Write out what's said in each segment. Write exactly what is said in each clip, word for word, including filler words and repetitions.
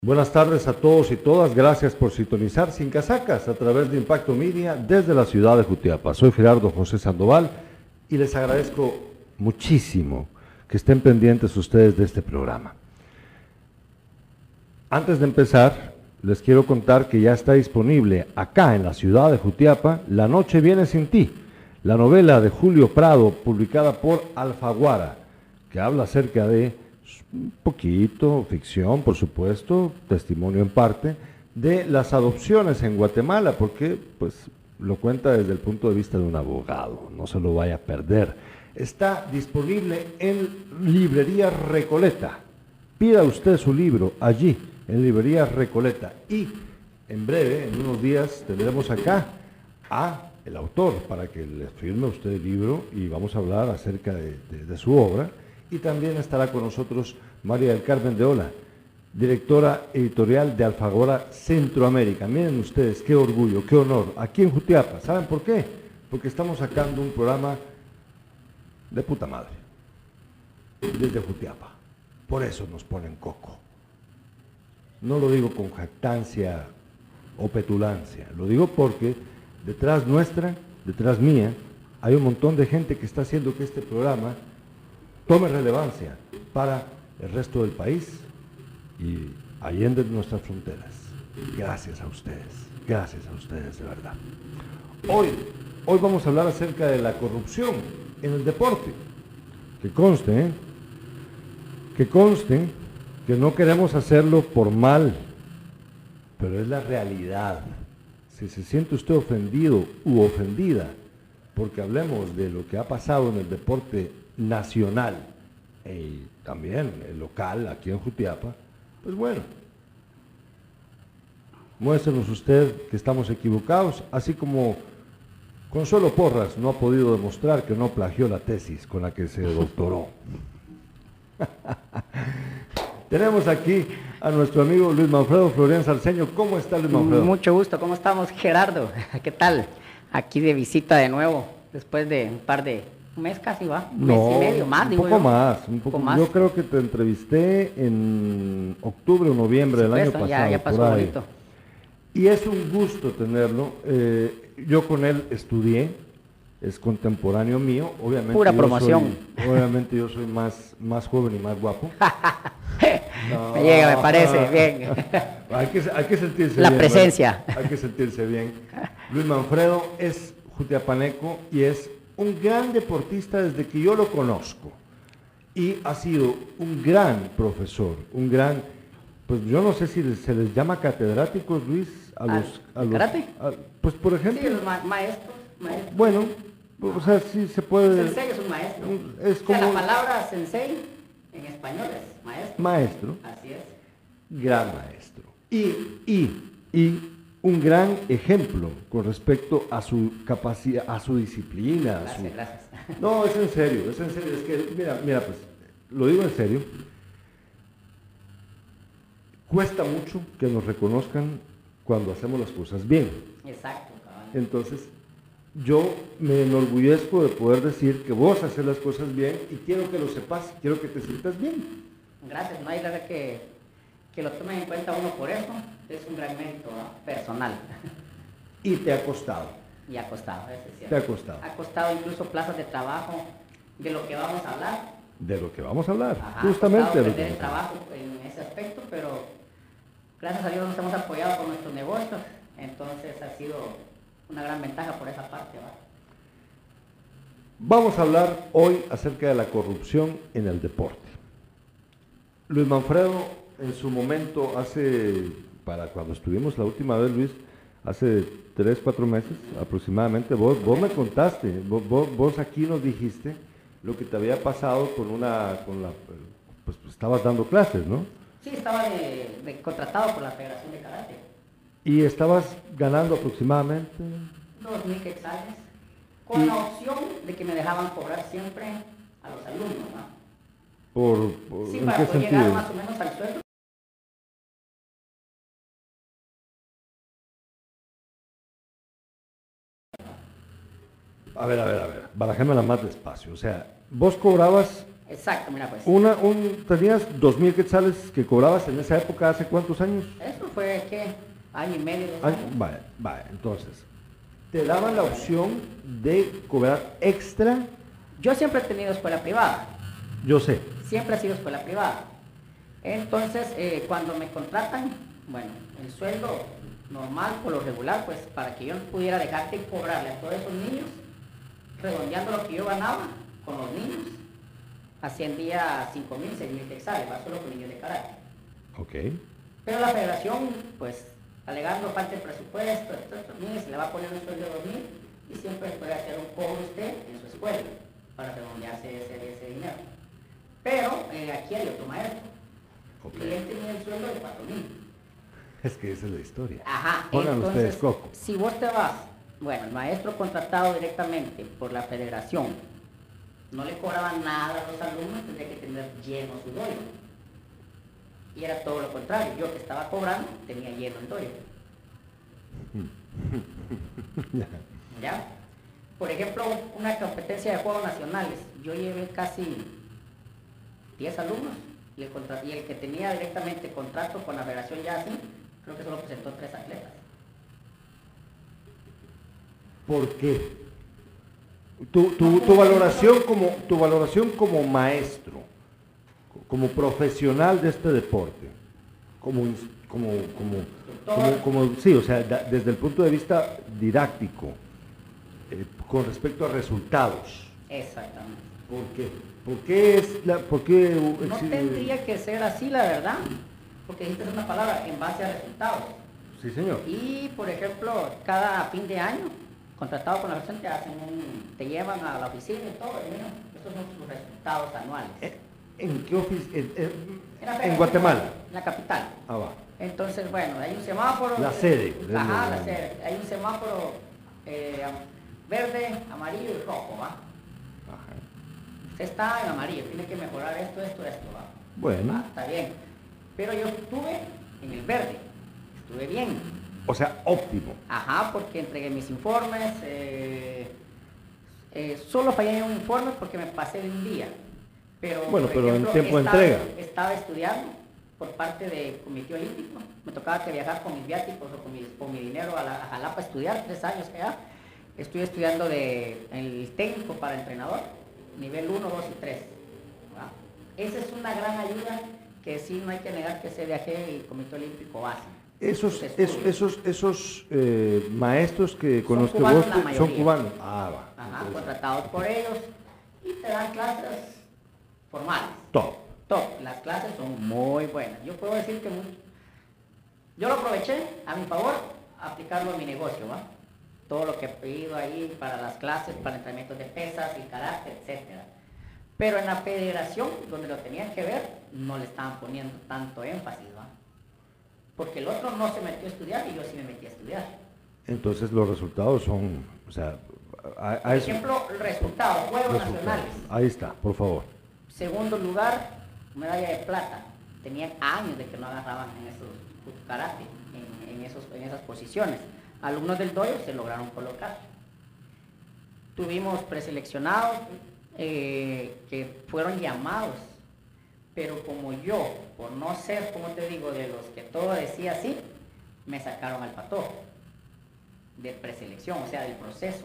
Buenas tardes a todos y todas, gracias por sintonizar Sin Casacas a través de Impacto Media desde la ciudad de Jutiapa. Soy Gerardo José Sandoval y les agradezco muchísimo que estén pendientes ustedes de este programa. Antes de empezar, les quiero contar que ya está disponible acá en la ciudad de Jutiapa La Noche Viene Sin Ti, la novela de Julio Prado publicada por Alfaguara, que habla acerca de un poquito, ficción por supuesto, testimonio en parte, de las adopciones en Guatemala, porque pues lo cuenta desde el punto de vista de un abogado, no se lo vaya a perder. Está disponible en Librería Recoleta, pida usted su libro allí, en Librería Recoleta, y en breve, en unos días, tendremos acá a el autor para que le firme usted el libro y vamos a hablar acerca de, de, de su obra. Y también estará con nosotros María del Carmen de Ola, directora editorial de Alfaguara Centroamérica. Miren ustedes, qué orgullo, qué honor, aquí en Jutiapa. ¿Saben por qué? Porque estamos sacando un programa de puta madre, desde Jutiapa. Por eso nos ponen coco. No lo digo con jactancia o petulancia, lo digo porque detrás nuestra, detrás mía, hay un montón de gente que está haciendo que este programa tome relevancia para el resto del país y allende nuestras fronteras. Gracias a ustedes, gracias a ustedes de verdad. Hoy, hoy vamos a hablar acerca de la corrupción en el deporte. Que conste, ¿eh? que conste que no queremos hacerlo por mal, pero es la realidad. Si se siente usted ofendido u ofendida porque hablemos de lo que ha pasado en el deporte nacional y también el local aquí en Jutiapa, pues bueno, muéstrenos usted que estamos equivocados, así como Consuelo Porras no ha podido demostrar que no plagió la tesis con la que se doctoró. Tenemos aquí a nuestro amigo Luis Manfredo Florian Salceño. ¿Cómo está, Luis Manfredo? Mucho gusto, ¿cómo estamos, Gerardo? ¿Qué tal? Aquí de visita de nuevo, después de un par de un mes casi, va, un no, mes y medio más, un digo poco yo. más, un poco, poco más. Yo creo que te entrevisté en octubre o noviembre del año pasado. Ya, ya pasó bonito. Y es un gusto tenerlo. Eh, yo con él estudié, es contemporáneo mío, obviamente. Pura promoción. Soy, obviamente yo soy más, más joven y más guapo. No. Me llega, me parece, bien. hay, que, hay que sentirse La bien. La presencia. ¿Verdad? Hay que sentirse bien. Luis Manfredo es jutiapaneco y es un gran deportista desde que yo lo conozco. Y ha sido un gran profesor, un gran, pues yo no sé si se les llama catedráticos, Luis, a los... ¿Al a los karate? A, pues por ejemplo... Sí, los ma maestros, maestros. Bueno, o sea, sí se puede... Sensei es un maestro. Es como... O sea, la palabra sensei en español es maestro. Maestro. Así es. Gran maestro. Y, y, y un gran ejemplo con respecto a su capacidad, a su disciplina. Gracias, a su... gracias. No, es en serio, es en serio. Es que, mira, mira, pues, lo digo en serio. Cuesta mucho que nos reconozcan cuando hacemos las cosas bien. Exacto, cabrón. Entonces, yo me enorgullezco de poder decir que vos haces las cosas bien y quiero que lo sepas, quiero que te sientas bien. Gracias, no hay nada que, que lo tomen en cuenta uno por eso, es un gran mérito, ¿no? Personal. Y te ha costado. Y ha costado, eso es cierto. Te ha costado. Ha costado incluso plazas de trabajo, de lo que vamos a hablar. De lo que vamos a hablar, Ajá, justamente. Ha costado de lo que perder el trabajo en ese aspecto, pero gracias a Dios nos hemos apoyado con nuestros negocios, entonces ha sido una gran ventaja por esa parte, ¿va? Vamos a hablar hoy acerca de la corrupción en el deporte. Luis Manfredo, en su momento, hace, para cuando estuvimos la última vez, Luis, hace tres, cuatro meses aproximadamente, vos, vos me contaste, vos, vos, vos aquí nos dijiste lo que te había pasado con una, con la, pues, pues estabas dando clases, ¿no? Sí, estaba de, de contratado por la Federación de Karate. Y estabas ganando aproximadamente... Dos mil quetzales, con y, la opción de que me dejaban cobrar siempre a los alumnos, ¿no? Por, por, sí, ¿en para qué poder sentido? llegar más o menos al sueldo. A ver, a ver, a ver, barajémela más despacio. O sea, vos cobrabas Exacto, mira pues. Una, un, tenías dos mil quetzales que cobrabas en esa época, ¿hace cuántos años? Eso fue, ¿qué? Año y medio, dos Ay, años. vale, vale, entonces, te daban la opción de cobrar extra, Yo siempre he tenido escuela privada, yo sé, siempre ha sido escuela privada. Entonces, eh, cuando me contratan, bueno, el sueldo normal, por lo regular, pues para que yo no pudiera dejar de cobrarle a todos esos niños, redondeando lo que yo ganaba con los niños, ascendía a cinco mil, seis mil quetzales, va solo con niños de karate. ok, Pero la federación, pues, alegando falta de presupuesto, etcétera, mire, se le va a poner un sueldo de dos mil y siempre puede hacer un cobro usted en su escuela para redondearse ese, ese dinero. Pero eh, aquí hay otro maestro. ok, Y él tenía el sueldo de cuatro mil. es que esa es la historia. Ajá, Pongan entonces, ustedes coco. si vos te vas, bueno, el maestro contratado directamente por la federación, no le cobraban nada a los alumnos, tendría que tener lleno su doyo. Y era todo lo contrario, yo que estaba cobrando, tenía lleno el doyo. ¿Ya? Por ejemplo, una competencia de juegos nacionales, yo llevé casi diez alumnos y el, contra- y el que tenía directamente contrato con la federación ya así, creo que solo presentó tres atletas. ¿Por qué? Tu, tu, tu valoración como, tu valoración como maestro, como profesional de este deporte, como, ins- como, como, como, como- sí, o sea, da- desde el punto de vista didáctico, eh, con respecto a resultados, Exactamente. ¿por qué? ¿Por qué es la, por qué No exi- tendría que ser así, la verdad, porque dijiste una palabra en base a resultados. Sí, señor. Y, por ejemplo, cada fin de año, contratado con la federación, te hacen un, te llevan a la oficina y todo, y mira, estos son sus resultados anuales. Eh, ¿En qué oficina? En, en- En la en federación, Guatemala. En la capital. Ah, va. Entonces, bueno, hay un semáforo. La sede. Ajá, del- la sede. Hay un semáforo eh, verde, amarillo y rojo, ¿va? Ajá. Usted está en amarillo, tiene que mejorar esto, esto, esto, ¿va? Bueno. Ah, está bien. Pero yo estuve en el verde, estuve bien. O sea, óptimo. Ajá, porque entregué mis informes, eh, eh, solo fallé en un informe porque me pasé de un día. Pero, Bueno, por pero en ejemplo, tiempo de estaba, entrega. estaba estudiando por parte del Comité Olímpico. Me tocaba que viajar con mis viáticos o con mi, con mi dinero a, la, a Jalapa a estudiar, tres años allá. Estoy estudiando de, el técnico para entrenador, nivel uno, dos y tres. Esa es una gran ayuda que sí no hay que negar que ese viaje el Comité Olímpico hace. Esos, Sus es- estudios. esos, esos eh, maestros que con Son los que cubanos vos la te- son mayoría. cubanos. Ah, va. Ajá, Interesante. contratados por ellos y te dan clases formales. Top. Top, las clases son muy buenas. Yo puedo decir que muy- yo lo aproveché a mi favor, aplicarlo en mi negocio, ¿va? Todo lo que he pedido ahí para las clases, para entrenamientos de pesas y karate, etcétera. Pero en la federación, donde lo tenían que ver, no le estaban poniendo tanto énfasis, ¿va? Porque el otro no se metió a estudiar y yo sí me metí a estudiar. Entonces los resultados son, o sea, a, a Por eso- ejemplo, resultados, Juegos resultados. Nacionales. Ahí está, por favor. Segundo lugar, medalla de plata. Tenían años de que no agarraban en esos karate, en, en, esos, en esas posiciones. Alumnos del dojo se lograron colocar. Tuvimos preseleccionados eh, que fueron llamados, pero como yo, por no ser, como te digo, de los que todo decía así, me sacaron al patojo de preselección, o sea, del proceso.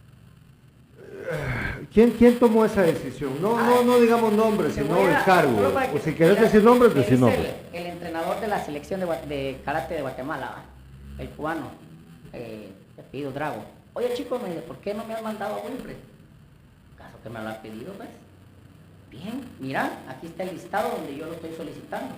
¿Quién, ¿Quién tomó esa decisión? No, no, no digamos nombres, Te sino voy el a- cargo. solo para O que- si querés mira, decir nombres, me decir dice nombres. El, el entrenador de la selección de, Gua- de karate de Guatemala, ¿va? El cubano, eh, le pido Drago. Oye chico, me dice, ¿por qué no me has mandado a Wilfred? ¿Caso que me lo has pedido, pues? Bien, mira, aquí está el listado donde yo lo estoy solicitando.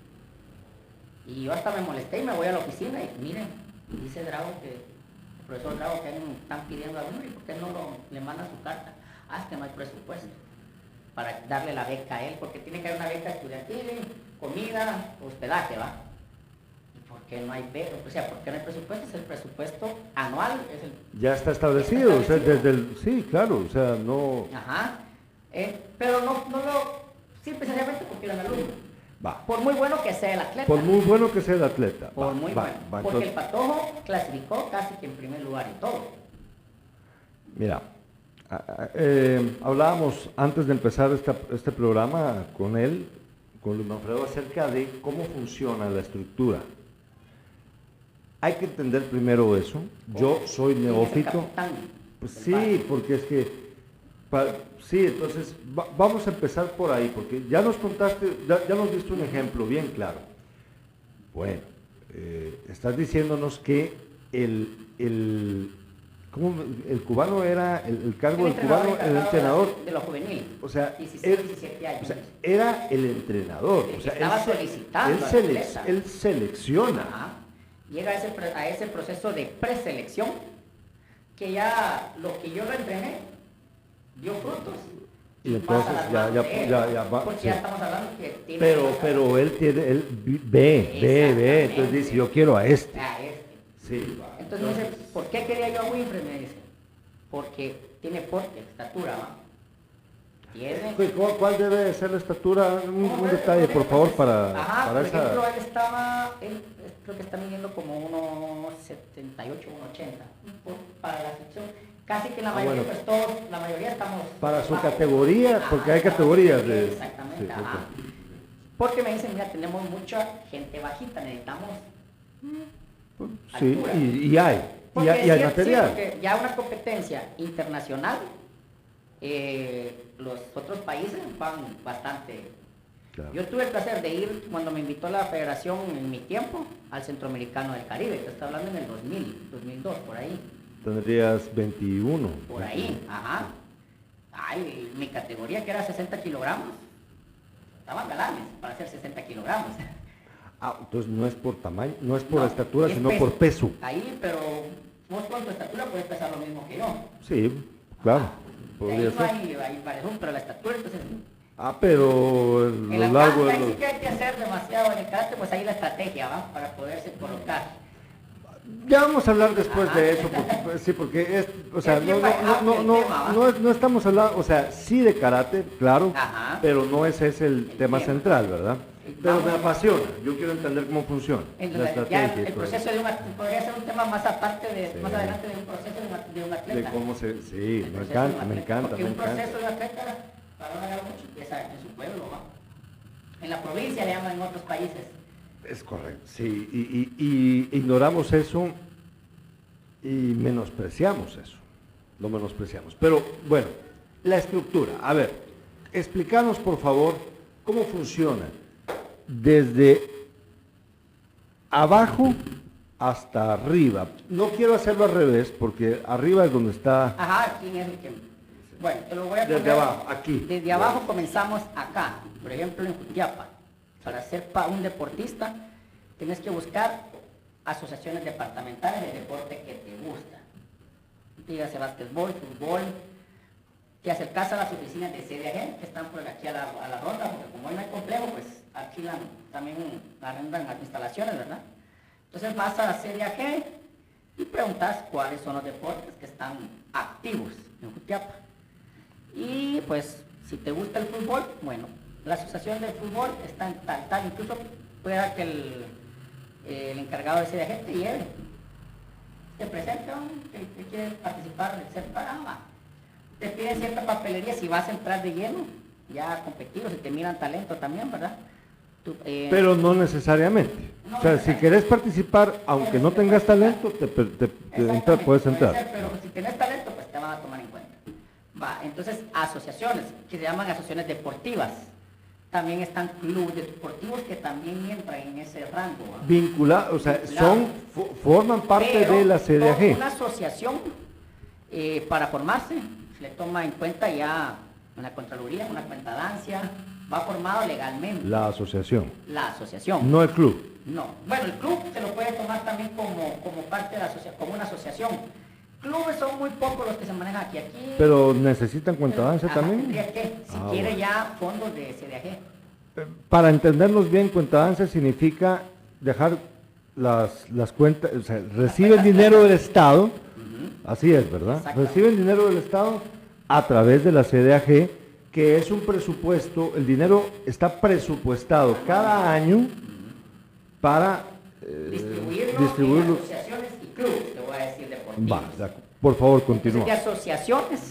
Y yo hasta me molesté y me voy a la oficina y miren, dice Drago que, el profesor Drago que alguien están pidiendo a Wilfred, ¿por qué no lo, le mandan su carta? Ah, es que no hay presupuesto para darle la beca a él, porque tiene que haber una beca estudiantil, comida, hospedaje, ¿va? ¿Y por qué no hay beca? O sea, ¿por qué no hay presupuesto? Es el presupuesto anual, es el... Ya está establecido, Está o sea, establecido. desde el, sí, claro, o sea, no, Ajá. Eh, pero no, no lo... Simple y sencillamente porque era un alumno. va. Por muy bueno que sea el atleta. Por muy bueno que sea el atleta. Por va, muy va, bueno. va, Porque el entonces, Patojo clasificó casi que en primer lugar y todo. mira, Ah, eh, hablábamos antes de empezar esta, este programa con él, con Luis Manfredo, acerca de cómo funciona la estructura. Hay que entender primero eso. Yo soy neófito. Pues sí, porque es que, pa, sí, entonces va, vamos a empezar por ahí, porque ya nos contaste, ya, ya nos diste un ejemplo bien claro. Bueno, eh, estás diciéndonos que el, el, ¿cómo? El cubano era, el, el cargo El del cubano, el entrenador. De lo juvenil. O sea, dieciséis, él, diecisiete años. O sea, era el entrenador. El o sea, que estaba él, se- solicitando él, al selec- atleta. él selecciona. Ajá. Llega a ese, pre- a ese proceso de preselección, que ya lo que yo lo entrené dio frutos. Y pasa entonces las ya, manos ya, de él, ya, ya va. Porque sí. ya estamos hablando que tiene... Pero, que pasar- pero él tiene, él vi- ve, ve, ve, entonces Exactamente. dice, yo quiero a este. Ah, este. Sí. Entonces me dice, ¿por qué quería yo a Winfrey? Me dice, porque tiene porte, estatura, ¿va? Tiene... ¿Cuál, cuál- cuál debe de ser la estatura? Un, ¿Cómo un ves? detalle, por favor, para, Ajá, para por esa... ejemplo, él estaba, él eh, creo que está midiendo como uno setenta y ocho, uno ochenta, por- para la sección. Casi que la Ah, mayoría, bueno. pues todos, la mayoría estamos... Para su bajo. categoría, porque hay Ajá, categorías de... Exactamente, sí, ajá. ok. Porque me dicen, mira, tenemos mucha gente bajita, necesitamos... Pues, sí, altura. y, y hay, y Porque hay, y hay sí, material. sí, porque ya una competencia internacional, eh, los otros países van bastante. Claro. Yo tuve el placer de ir cuando me invitó la federación en mi tiempo al Centroamericano del Caribe, te estoy hablando en el dos mil, dos mil dos, por ahí. Tendrías veintiuno. Por ahí, ajá. Ay, mi categoría que era sesenta kilogramos, estaban galanes para hacer sesenta kilogramos. Ah, entonces no es por tamaño, no es por No, estatura, es sino por peso. Ahí, pero vos con tu estatura puedes pesar lo mismo que yo. Sí, claro, De podría ahí no ser. hay, hay variación, pero la estatura, entonces... Ah, pero En lo la largo cancha de ahí los... sí que hay que hacer demasiado en el karate, pues ahí la estrategia, ¿va? Para poderse colocar. Ya vamos a hablar después Ajá. de eso, porque, pues, sí, porque es, o sea, Es no, bien no, no, amplio no, el no, tema, ¿va? no, es- no estamos hablando, o sea, sí de karate, claro, Ajá. pero no ese es el, El tema, tema. central, ¿verdad? Sí, Pero vamos. me apasiona, yo quiero entender cómo funciona Entonces, la ya estrategia el y todo proceso de un at- podría ser un tema más aparte de, Sí. más adelante de un proceso de un, at- de un eso, de atleta. cómo se, sí, El me proceso de encanta, un me atleta, encanta, porque me un encanta. proceso de un atleta, para no negar mucho, empieza en su pueblo, ¿va? En la provincia le llaman en otros países. Es correcto, sí, y, y- y ignoramos eso y menospreciamos eso, lo menospreciamos. Pero bueno, la estructura, a ver, explícanos por favor cómo funciona desde abajo hasta arriba. No quiero hacerlo al revés porque arriba es donde está, Ajá, ¿quién es el que...? Bueno, te lo voy a desde poner- abajo, aquí. Desde abajo comenzamos acá, por ejemplo en Jutiapa. Para ser pa- un deportista, tienes que buscar asociaciones departamentales de deporte que te gusta. Dígase básquetbol, fútbol. Te acercas a las oficinas de C D A G, que están por aquí a la, a la ronda, porque como hoy no hay complejo, pues alquilan, también arrendan las instalaciones, ¿verdad? Entonces vas a la C D A G y preguntas cuáles son los deportes que están activos en Jutiapa. Y pues, si te gusta el fútbol, bueno, la asociación de fútbol está en tal, tal, incluso pueda que el, el encargado de C D A G te lleve, te presenta, que, que quiere participar, etcétera. Ah, va. Te piden cierta papelería si vas a entrar de lleno, ya a competir, o si te miran talento también, ¿verdad? Tú, eh, Pero no necesariamente. No O sea, si necesariamente. querés participar, aunque no tengas talento, te, te- te- te entra- Exactamente, puedes puede entrar. ser, pero si tienes talento, pues te van a tomar en cuenta. Va, entonces, asociaciones, que se llaman asociaciones deportivas. También están clubes deportivos que también entran en ese rango. ¿va? Vinculados, o sea, Vinculado. son, fo- forman parte Pero de la C D A G. Una asociación, eh, para formarse, se le toma en cuenta ya una Contraloría, una cuentadancia, va formado legalmente La asociación, la asociación. no el club. No. Bueno, el club se lo puede tomar también como, como parte de la asociación, como una asociación. Clubes son muy pocos los que se manejan aquí. Aquí Pero necesitan cuentadancia Ajá, también. tendría que, si Ah, quiere bueno. ya fondos de C D A G. Eh, Para entendernos bien, cuentadancia significa dejar las, las cuentas, o sea, reciben dinero del Estado, así es, ¿verdad? Exactamente. Reciben dinero del Estado a través de la C D A G, que es un presupuesto, el dinero está presupuestado cada año para eh, Distribuirlo, distribuirlo. en asociaciones y clubes, te voy a decir deportivos. Va, de acu- por favor, Entonces, continúa. de asociaciones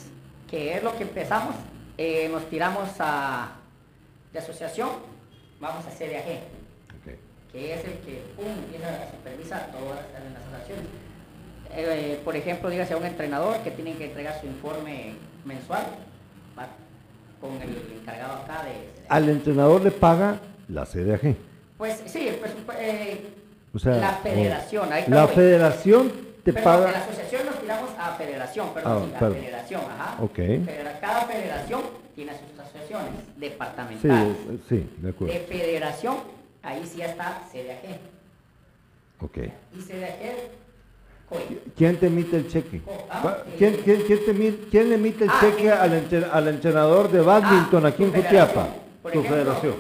que es lo que empezamos, eh, nos tiramos a de asociación, vamos a C D A G, Okay. que es el que pum, empieza a supervisar todas las asociaciones. Eh, por ejemplo, dígase a un entrenador que tiene que entregar su informe mensual, ¿va? Con el encargado acá de... Al entrenador le paga la C D A G. Pues sí, pues, eh, O sea, la federación. Ahí la voy. federación te Pero paga... de la asociación nos tiramos a federación, perdón, Ah, sí, la perdón. federación, ajá. Ok. Federa- cada federación tiene sus asociaciones Sí, departamentales. sí, de acuerdo. De federación, ahí sí ya está C D A G. Ok. Y C D A G, COI. ¿Quién te emite el cheque? Ah, Pa- eh. ¿Quién, quién, quién te emi- quién le emite el Ah, cheque eh. al, entre- al entrenador de badminton Ah, aquí en tu Jutiapa? federación. Por Tu ejemplo, federación.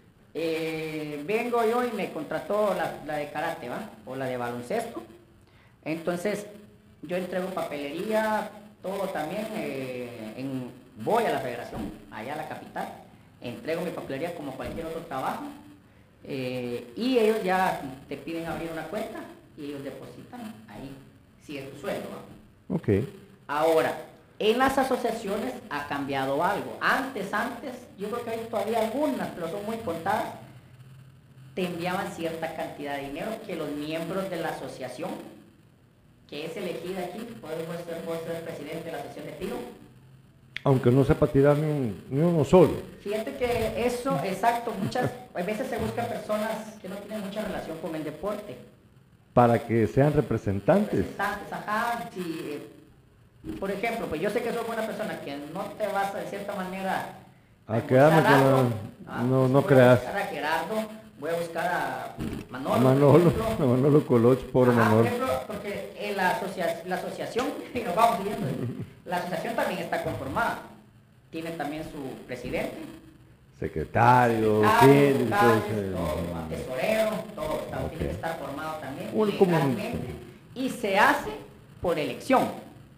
eh, vengo yo y me contrató la, la de karate, ¿va? O la de baloncesto. Entonces, yo entrego papelería, todo también. eh, en, voy a la federación, allá a la capital. Entrego mi papelería como cualquier otro trabajo. eh, y ellos ya te piden abrir una cuenta y ellos depositan ahí. Si es tu sueldo, ¿va? Ok. Ahora, en las asociaciones ha cambiado algo. Antes, antes, yo creo que hay todavía algunas, pero son muy contadas, te enviaban cierta cantidad de dinero que los miembros de la asociación, que es elegida aquí, puedes ser, puedes ser presidente de la asociación de tiro. Aunque no sepa tirar ni, un- ni uno solo. Fíjate que eso, exacto, muchas a veces se buscan personas que no tienen mucha relación con el deporte. Para que sean representantes. Representantes, ajá, si, eh, por ejemplo, pues yo sé que sos buena persona, que no te vas a, de cierta manera A quedarme con algo, la- ah, no- pues no voy creas. a buscar a Gerardo, voy a buscar a Manolo. A por Manolo, ejemplo. a Manolo Coloch, pobre Ajá, por Manolo. ejemplo, porque en la, asocia- la asociación, y nos vamos siguiendo, la asociación también está conformada, tiene también su presidente, Secretario, secretario, síndico, vocales, eh, todo, tesorero, todo, está- Ok. tiene que estar formado también Un común- legalmente, y se hace por elección,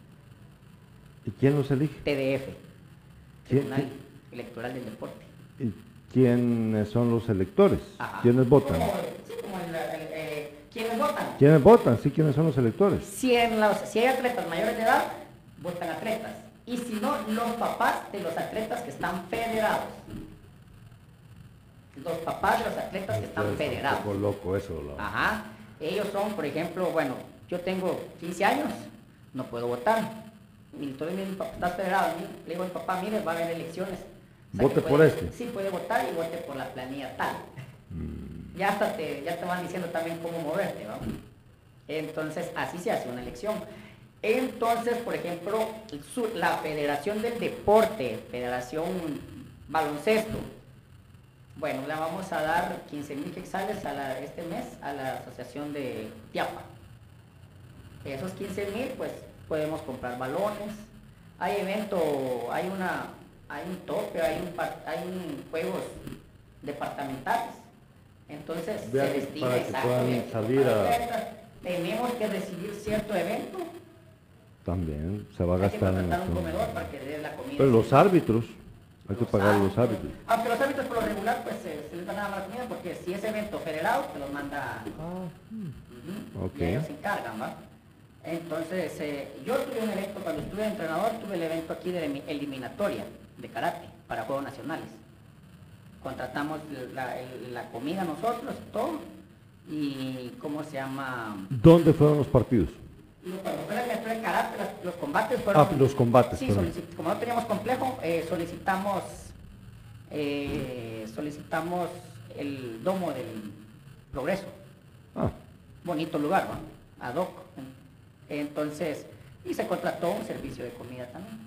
¿Y quién los elige? T D F, ¿Quién- Tribunal quién? Electoral del Deporte. ¿Y quiénes son los electores? Ajá. ¿Quiénes votan? Como- sí, como el- el- eh, ¿quiénes votan? ¿Quiénes votan? Sí, ¿quiénes son los electores? Si, en los, si hay atletas mayores de edad, votan atletas. Y si no, los papás de los atletas que están federados. Los papás de los atletas que están Está un federados. poco loco eso. la- Ajá. Ellos son, por ejemplo, bueno, yo tengo quince años, no puedo votar. Y entonces mi papá está federado. Le digo al papá, mire, va a haber elecciones. Vote que por puede- este. Sí, puede votar y vote por la planilla tal. Mm, Ya, hasta te, ya te van diciendo también cómo moverte, ¿no? Entonces, así se hace una elección. Entonces, por ejemplo, su- la Federación del Deporte, Federación Baloncesto, bueno, le vamos a dar quince mil quetzales a la- este mes a la Asociación de Tiapa. Esos quince mil, pues, podemos comprar balones. Hay evento, hay una, hay un tope, hay un, par- hay un juegos departamentales. Entonces, Vean, se destina para que exacto, puedan bien, salir para a- atletas. Tenemos que recibir cierto evento. También se va a Hay que gastar en contratar un esto. comedor para que dé la comida. Pero los árbitros, hay que Los pagar a los árbitros. árbitros. Aunque los árbitros por lo regular, pues se, se les van a dar la comida porque si es evento federado, te los manda. Ujú, Ok. Y ellos se encargan, ¿va? Entonces, eh, yo tuve un evento, cuando estuve de entrenador, tuve el evento aquí de emi- eliminatoria de karate para Juegos Nacionales. Contratamos la, el- la comida nosotros, todo, y ¿cómo se llama? ¿Dónde fueron los partidos? Y cuando fue la eliminatoria de karate, las- los combates fueron... Ah, los combates, Sí, perdón. solici- como no teníamos complejo, eh, solicitamos, eh, solicitamos el domo del Progreso. Ah, Bonito lugar, ¿no? Ad hoc. Entonces, y se contrató un servicio de comida también.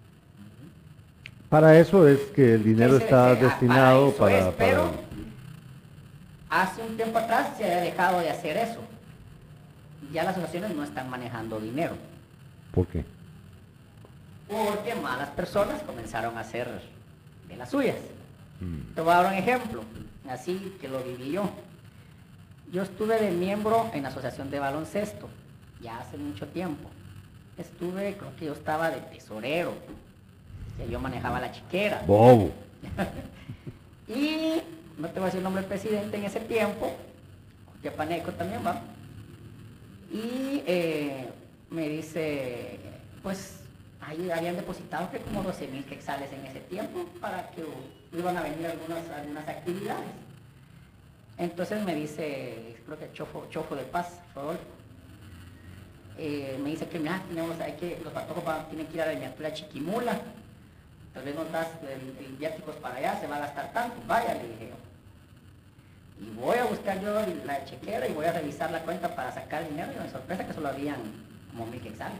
para eso es que el dinero Ese- está ese- ah, destinado eso para... es, pero para- hace un tiempo atrás se había dejado de hacer eso. Ya las asociaciones no están manejando dinero, ¿Por qué? porque malas personas comenzaron a hacer de las suyas. Mm. Te voy a dar un ejemplo, así que lo viví yo. Yo estuve de miembro en la asociación de baloncesto, ya hace mucho tiempo. Estuve, creo que yo estaba de tesorero, que yo manejaba la chiquera. Bobo. Y no te voy a decir el nombre del presidente en ese tiempo, que Paneco también va. Y eh, me dice, pues ahí habían depositado que como doce mil quetzales en ese tiempo para que uh, iban a venir algunas, algunas actividades. Entonces me dice, creo que Chofo, Chofo de Paz, Rodolfo, eh, me dice que mira, tenemos, hay que, los patojos van, tienen que ir a la miniatura Chiquimula, tal vez nos das el, el viáticos para allá, se va a gastar tanto, vaya, le dije yo. Y voy a buscar yo la chequera y voy a revisar la cuenta para sacar el dinero, y me sorpresa que solo habían como mil quetzales.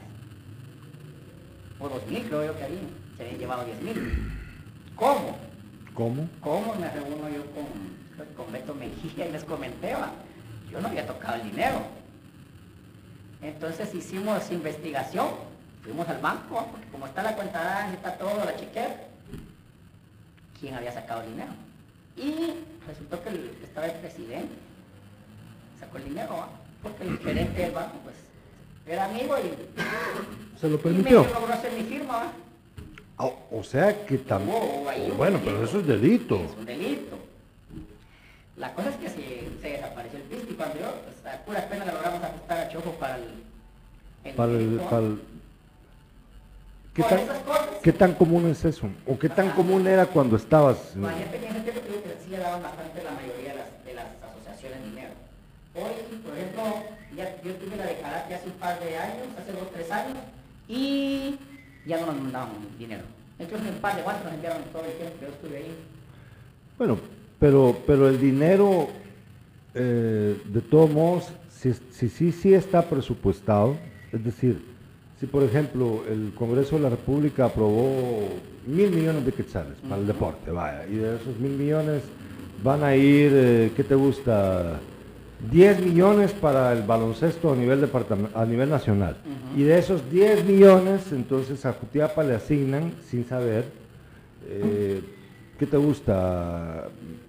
O dos mil creo yo que había, se habían llevado diez mil. ¿Cómo? ¿Cómo? ¿Cómo me reúno yo con, con Beto Mejía y les comenté, va? Yo no había tocado el dinero. Entonces hicimos investigación, fuimos al banco, ¿va? Porque como está la cuenta, está todo, la chequera, ¿quién había sacado el dinero? Y resultó que el, estaba el presidente, sacó el dinero, ¿va? Porque el gerente del banco, pues, era amigo y... ¿Se lo permitió? Y me logró hacer mi firma, ¿va? O, o sea que también... Hubo ahí un Bueno, delito. pero eso es delito. Es un delito. La cosa es que se, se desapareció el piste y cuando yo, pues, a puras penas le logramos ajustar a Choco para el... el Para el, delito, ¿va? para el- ¿Qué, Por tan, esas cosas. ¿Qué tan común es eso? ¿O qué tan Ajá. común era cuando estabas? No, ayer tenía ese tiempo que sí le daban bastante la mayoría de las, de las asociaciones dinero. Hoy, por ejemplo, ya, yo tuve la de karate hace un par de años, hace dos o tres años, y ya no nos mandaban dinero. Entonces un par de guantes nos enviaron todo el tiempo que yo estuve ahí. Bueno, pero, pero el dinero, eh, de todos modos, si, si sí sí está presupuestado, es decir, si por ejemplo el Congreso de la República aprobó mil millones de quetzales para el Ujú. deporte, vaya, y de esos mil millones van a ir, eh, ¿qué te gusta? diez millones para el baloncesto a nivel, departament- a nivel nacional. Ujú. Y de esos diez millones, entonces a Jutiapa le asignan, sin saber, eh, ¿qué te gusta?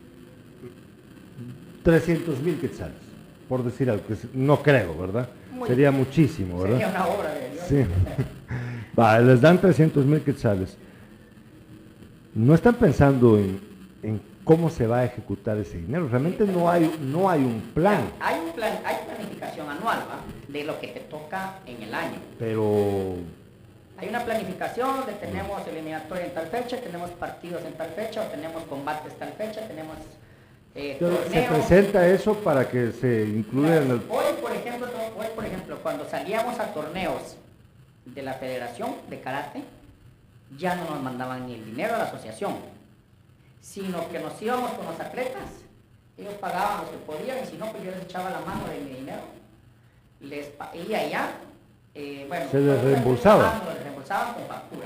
trescientos mil quetzales, por decir algo, que es- no creo, ¿verdad? Muy- Sería muchísimo, ¿verdad? Sería una obra de Dios. Sí. Va, les dan trescientos mil quetzales. No están pensando en, en cómo se va a ejecutar ese dinero. Realmente no hay, no hay un plan, Hay un plan, hay planificación anual, ¿va? De lo que te toca en el año. pero Hay una planificación donde tenemos eliminatoria en tal fecha, tenemos partidos en tal fecha, o tenemos combates tal fecha, tenemos eh, se torneos. presenta eso para que se incluya en el... Hoy, por ejemplo, hoy, por ejemplo, cuando salíamos a torneos de la Federación de Karate, ya no nos mandaban ni el dinero a la asociación, sino que nos íbamos con los atletas, ellos pagaban los que podían, y si no, pues yo les echaba la mano de mi dinero, les pa- y allá, eh, bueno, Se les pues, reembolsaba. pagando, les reembolsaban con factura,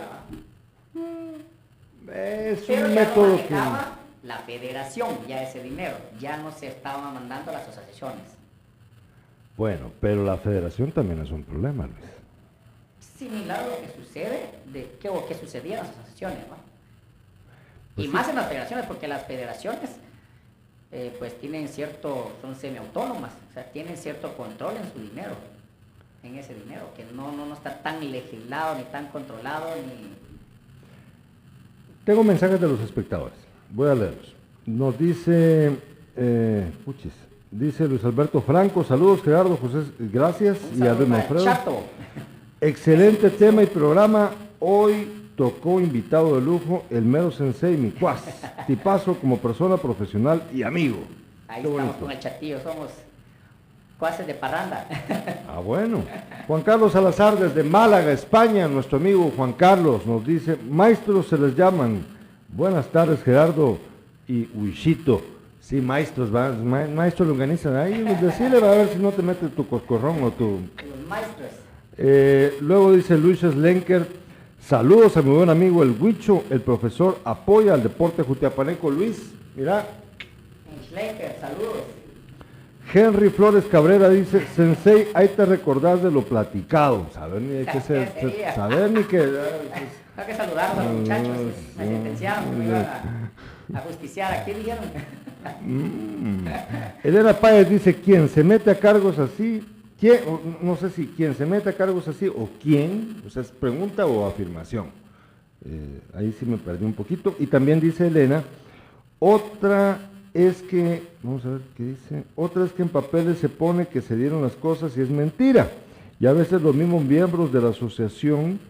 ¿va? Es Pero un ya método lo que... manejaba la federación, ya ese dinero, ya no se estaba mandando a las asociaciones. Bueno, pero la federación también es un problema, Luis. Similar a lo que sucede, de qué o qué sucedía en las asociaciones, ¿no? Pues Y sí. más en las federaciones, porque las federaciones eh, pues tienen cierto, son semiautónomas, o sea, tienen cierto control en su dinero, en ese dinero, que no, no, no está tan legislado, ni tan controlado, ni... Tengo mensajes de los espectadores, voy a leerlos. Nos dice, eh, puchis, dice Luis Alberto Franco, saludos Gerardo, José, gracias, Un y a saludo Luis para Manfredo. Chato. Excelente tema y programa, hoy tocó invitado de lujo el mero sensei Micuas, tipazo como persona profesional y amigo. Ahí Qué estamos bonito. con el chatillo, somos cuaces de parranda. Ah, bueno. Juan Carlos Salazar desde Málaga, España, nuestro amigo Juan Carlos nos dice, maestros se les llaman. Buenas tardes Gerardo y Huichito. Sí, maestros, va, ma- maestro Longaniza, ahí decirle va a ver si no te mete tu coscorrón o tu... Los maestros. Eh, luego dice Luis Slenker, saludos a mi buen amigo el Huicho, el profesor apoya al deporte jutiapaneco. Luis, mira, En Schleicher, saludos. Henry Flores Cabrera dice, Sensei, ahí te recordás de lo platicado, saber ni de qué se, Ese día. saber ni qué... Hay que saludarlos a los muchachos, Ah, me sí. sentenciaron, que me iban a, a justiciar, aquí dijeron. Mm. Elena Páez dice, ¿quién se mete a cargos así? ¿Quién? O, no sé si quién se mete a cargos así o quién, o sea, es pregunta o afirmación. Eh, ahí sí me perdí un poquito. Y también dice Elena, otra es que, vamos a ver qué dice, otra es que en papeles se pone que se dieron las cosas y es mentira. Y a veces los mismos miembros de la asociación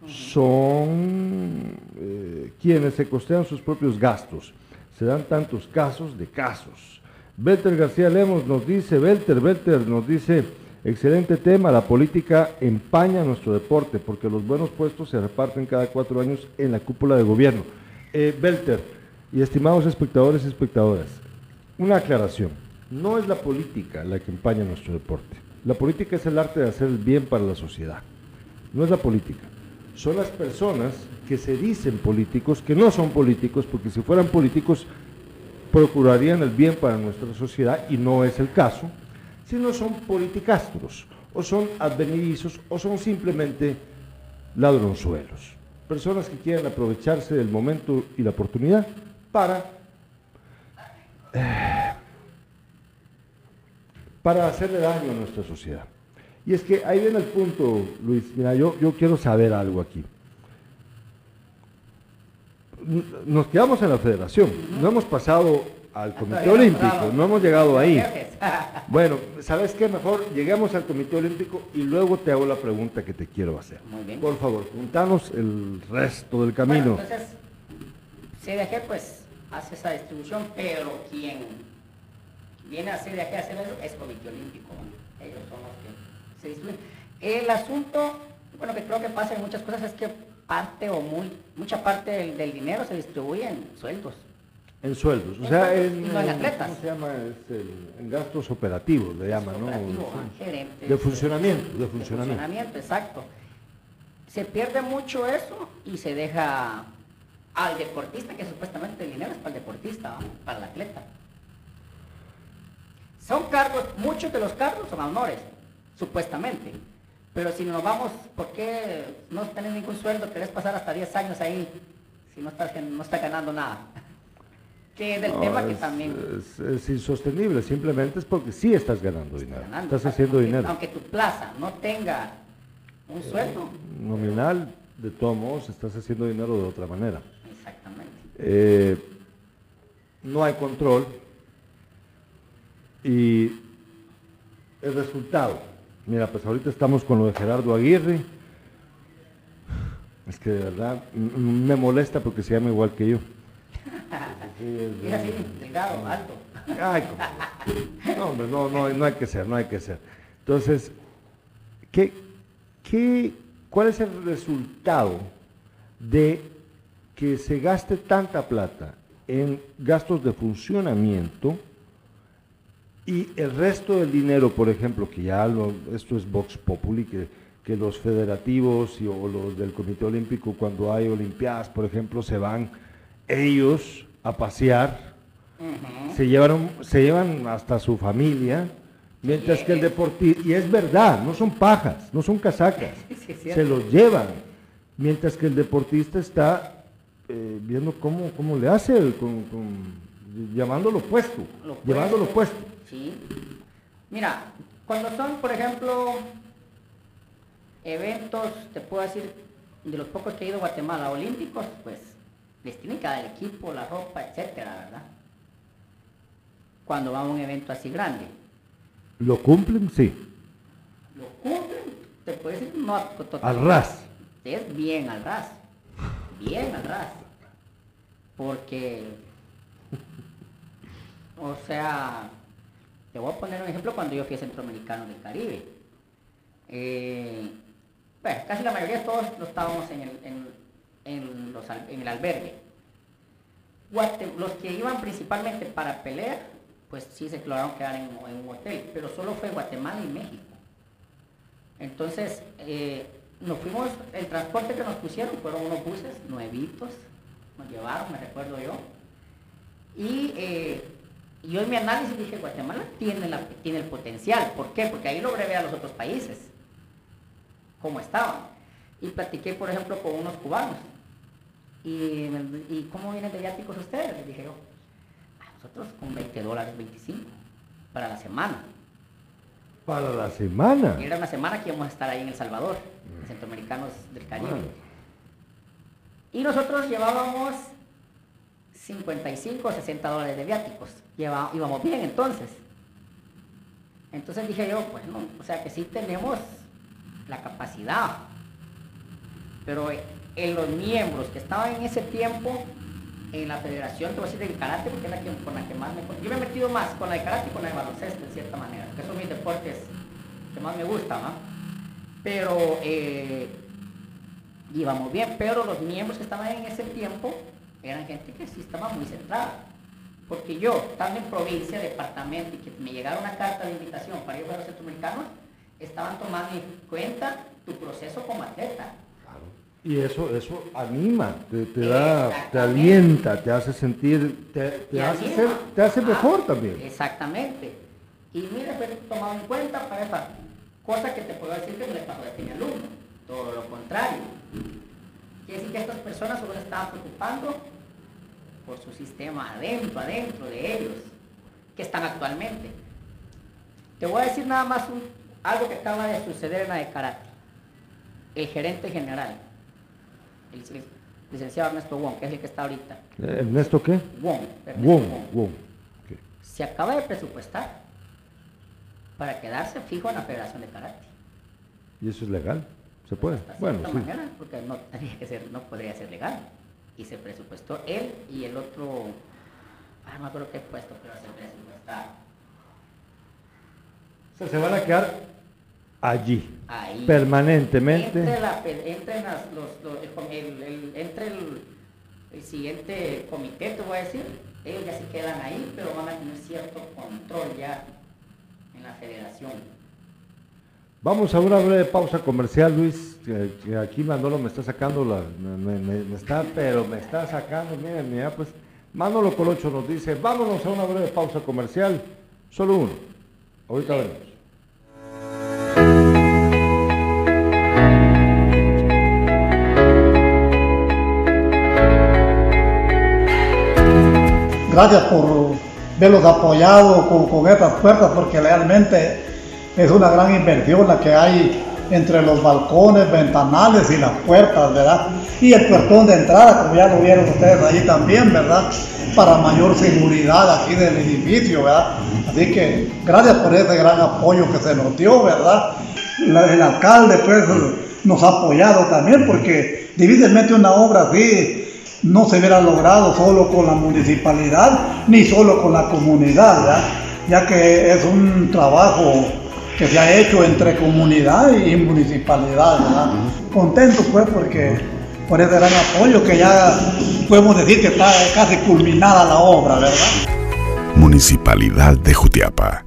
son eh, quienes se costean sus propios gastos. Se dan tantos casos de casos. Belter García Lemos nos dice, Belter, Belter nos dice, excelente tema, la política empaña nuestro deporte porque los buenos puestos se reparten cada cuatro años en la cúpula de gobierno. Eh, Belter y estimados espectadores y espectadoras, una aclaración, no es la política la que empaña nuestro deporte. La política es el arte de hacer el bien para la sociedad, no es la política. Son las personas que se dicen políticos, que no son políticos, porque si fueran políticos procurarían el bien para nuestra sociedad, y no es el caso, sino son politicastros, o son advenedizos, o son simplemente ladronzuelos. Personas que quieren aprovecharse del momento y la oportunidad para, eh, para hacerle daño a nuestra sociedad. Y es que ahí viene el punto, Luis. Mira, yo, yo quiero saber algo aquí. Nos quedamos en la federación, no hemos pasado al Comité Olímpico, no hemos llegado ahí. Bueno, ¿sabes qué? Mejor lleguemos al Comité Olímpico y luego te hago la pregunta que te quiero hacer. Muy bien. Por favor, juntanos el resto del camino. Bueno, entonces, C D G pues hace esa distribución, pero quien viene a C D G a hacer eso es Comité Olímpico, ¿no? Ellos son los que se distribuyen. El asunto, bueno, que creo que pasa en muchas cosas es que parte o muy, mucha parte del, del dinero se distribuye en sueldos. En sueldos, o en sea, sueldos, en, y no en atletas. ¿cómo se llama? Es el, en gastos operativos, le llaman, ¿no? Operativo, gerentes, De funcionamiento, de de funcionamiento. funcionamiento, exacto. Se pierde mucho eso y se deja al deportista, que supuestamente el dinero es para el deportista, ¿no? Para el atleta. Son cargos, muchos de los cargos son honores, supuestamente. Pero si nos vamos, ¿por qué no tenés ningún sueldo? Querés pasar hasta diez años ahí si no estás, no estás ganando nada. Que es del No, tema es, que también... Es, es insostenible, simplemente es porque sí estás ganando dinero, ganando, estás haciendo aunque, dinero. Aunque tu plaza no tenga un sueldo. Nominal, de todos modos, estás haciendo dinero de otra manera. Exactamente. Eh, no hay control y el resultado. Mira, pues ahorita estamos con lo de Gerardo Aguirre. Es que de verdad me molesta porque se llama igual que yo. Es así, delgado, alto. Ay, ¿cómo? No, hombre, no, no, no hay que ser, no hay que ser. Entonces, ¿qué, qué, ¿cuál es el resultado de que se gaste tanta plata en gastos de funcionamiento y el resto del dinero, por ejemplo, que ya lo, esto es Vox Populi, que, que los federativos y, o los del Comité Olímpico, cuando hay olimpiadas, por ejemplo, se van ellos a pasear, uh-huh. se, llevaron, se llevan hasta su familia, mientras sí, que el deportista, y es verdad, no son pajas, no son casacas, sí, se los llevan, mientras que el deportista está eh, viendo cómo, cómo le hace, con, con, llamándolo puesto, lo llevándolo puesto. Sí. Mira, cuando son, por ejemplo, eventos, te puedo decir, de los pocos que he ido a Guatemala, olímpicos, pues les tienen que dar el equipo, la ropa, etcétera, ¿verdad? Cuando va a un evento así grande. ¿Lo cumplen? Sí. ¿Lo cumplen? Te puedo decir, no totalmente. Al ras. Es bien al ras. Bien al ras. Porque, o sea, te voy a poner un ejemplo cuando yo fui a Centroamericano del Caribe. Eh, bueno, casi la mayoría de todos lo estábamos en el, en, en, los, en el albergue. Guate, los que iban principalmente para pelear, pues sí se lograron quedar en, en un hotel, pero solo fue Guatemala y México. Entonces, eh, nos fuimos, el transporte que nos pusieron fueron unos buses nuevitos, nos llevaron, me recuerdo yo, y eh, yo en mi análisis dije, Guatemala tiene, la, tiene el potencial. ¿Por qué? Porque ahí logré ver a los otros países, cómo estaban, y platiqué, por ejemplo, con unos cubanos, y, y ¿cómo vienen de viáticos ustedes? Les dije yo, a nosotros con veinte dólares, veinticinco, para la semana. ¿Para la semana? Y era una semana que íbamos a estar ahí en El Salvador, en Centroamericanos del Caribe. Bueno. Y nosotros llevábamos cincuenta y cinco o sesenta dólares de viáticos. Lleva, íbamos bien entonces. Entonces dije yo, bueno, o sea que sí tenemos la capacidad. pero en los miembros que estaban en ese tiempo en la federación, te voy a decir del karate, porque es la que, con la que más me... Yo me he metido más con la de karate y con la de baloncesto, en cierta manera, que son mis deportes que más me gustan, ¿no? Pero eh, íbamos bien, pero los miembros que estaban en ese tiempo eran gente que sí estaba muy centrada. Porque yo, estando en provincia, departamento, y que me llegara una carta de invitación para ir a los centroamericanos, estaban tomando en cuenta tu proceso como atleta. Y eso, eso anima, te, te da, te alienta, te hace sentir, te, te hace, ser, te hace mejor ah, también. Exactamente. Y mira, fue tomado en cuenta para esa cosa que te puedo decir que no le pasó a este alumno. Todo lo contrario. Quiere decir que estas personas solo estaban preocupando por su sistema adentro, adentro de ellos, que están actualmente. Te voy a decir nada más un, algo que acaba de suceder en la de karate. El gerente general, el licenciado Ernesto Wong, que es el que está ahorita. ¿Ernesto qué? Wong. Ernesto Wong, Wong. Wong. Okay. Se acaba de presupuestar para quedarse fijo en la Federación de Karate. ¿Y eso es legal? ¿Se puede? Pues bueno, de sí. manera, porque no, tendría que ser, no podría ser legal. Y se presupuestó él y el otro, ah, no me acuerdo qué puesto, pero se presupuestaron. O sea, se van a quedar allí, ahí, permanentemente. Entre, la, entre, las, los, los, el, el, entre el, el siguiente comité, te voy a decir, ellos ya se quedan ahí, pero van a tener cierto control ya en la federación. Vamos a una breve pausa comercial, Luis, que, que aquí Manolo me está sacando, la, me, me, me está, pero me está sacando, miren, mira, pues Manolo Colocho nos dice, vámonos a una breve pausa comercial, solo uno, ahorita veremos. Gracias por verlos apoyados con, con estas puertas, porque realmente es una gran inversión la que hay entre los balcones, ventanales y las puertas, ¿verdad? Y el portón de entrada, como ya lo vieron ustedes ahí también, ¿verdad? Para mayor seguridad aquí del edificio, ¿verdad? Así que gracias por ese gran apoyo que se nos dio, ¿verdad? La, el alcalde pues nos ha apoyado también, porque difícilmente una obra así no se hubiera logrado solo con la municipalidad ni solo con la comunidad, ¿verdad? Ya que es un trabajo que se ha hecho entre comunidad y municipalidad, ¿verdad? Contento pues porque por ese gran apoyo que ya podemos decir que está casi culminada la obra, ¿verdad? Municipalidad de Jutiapa.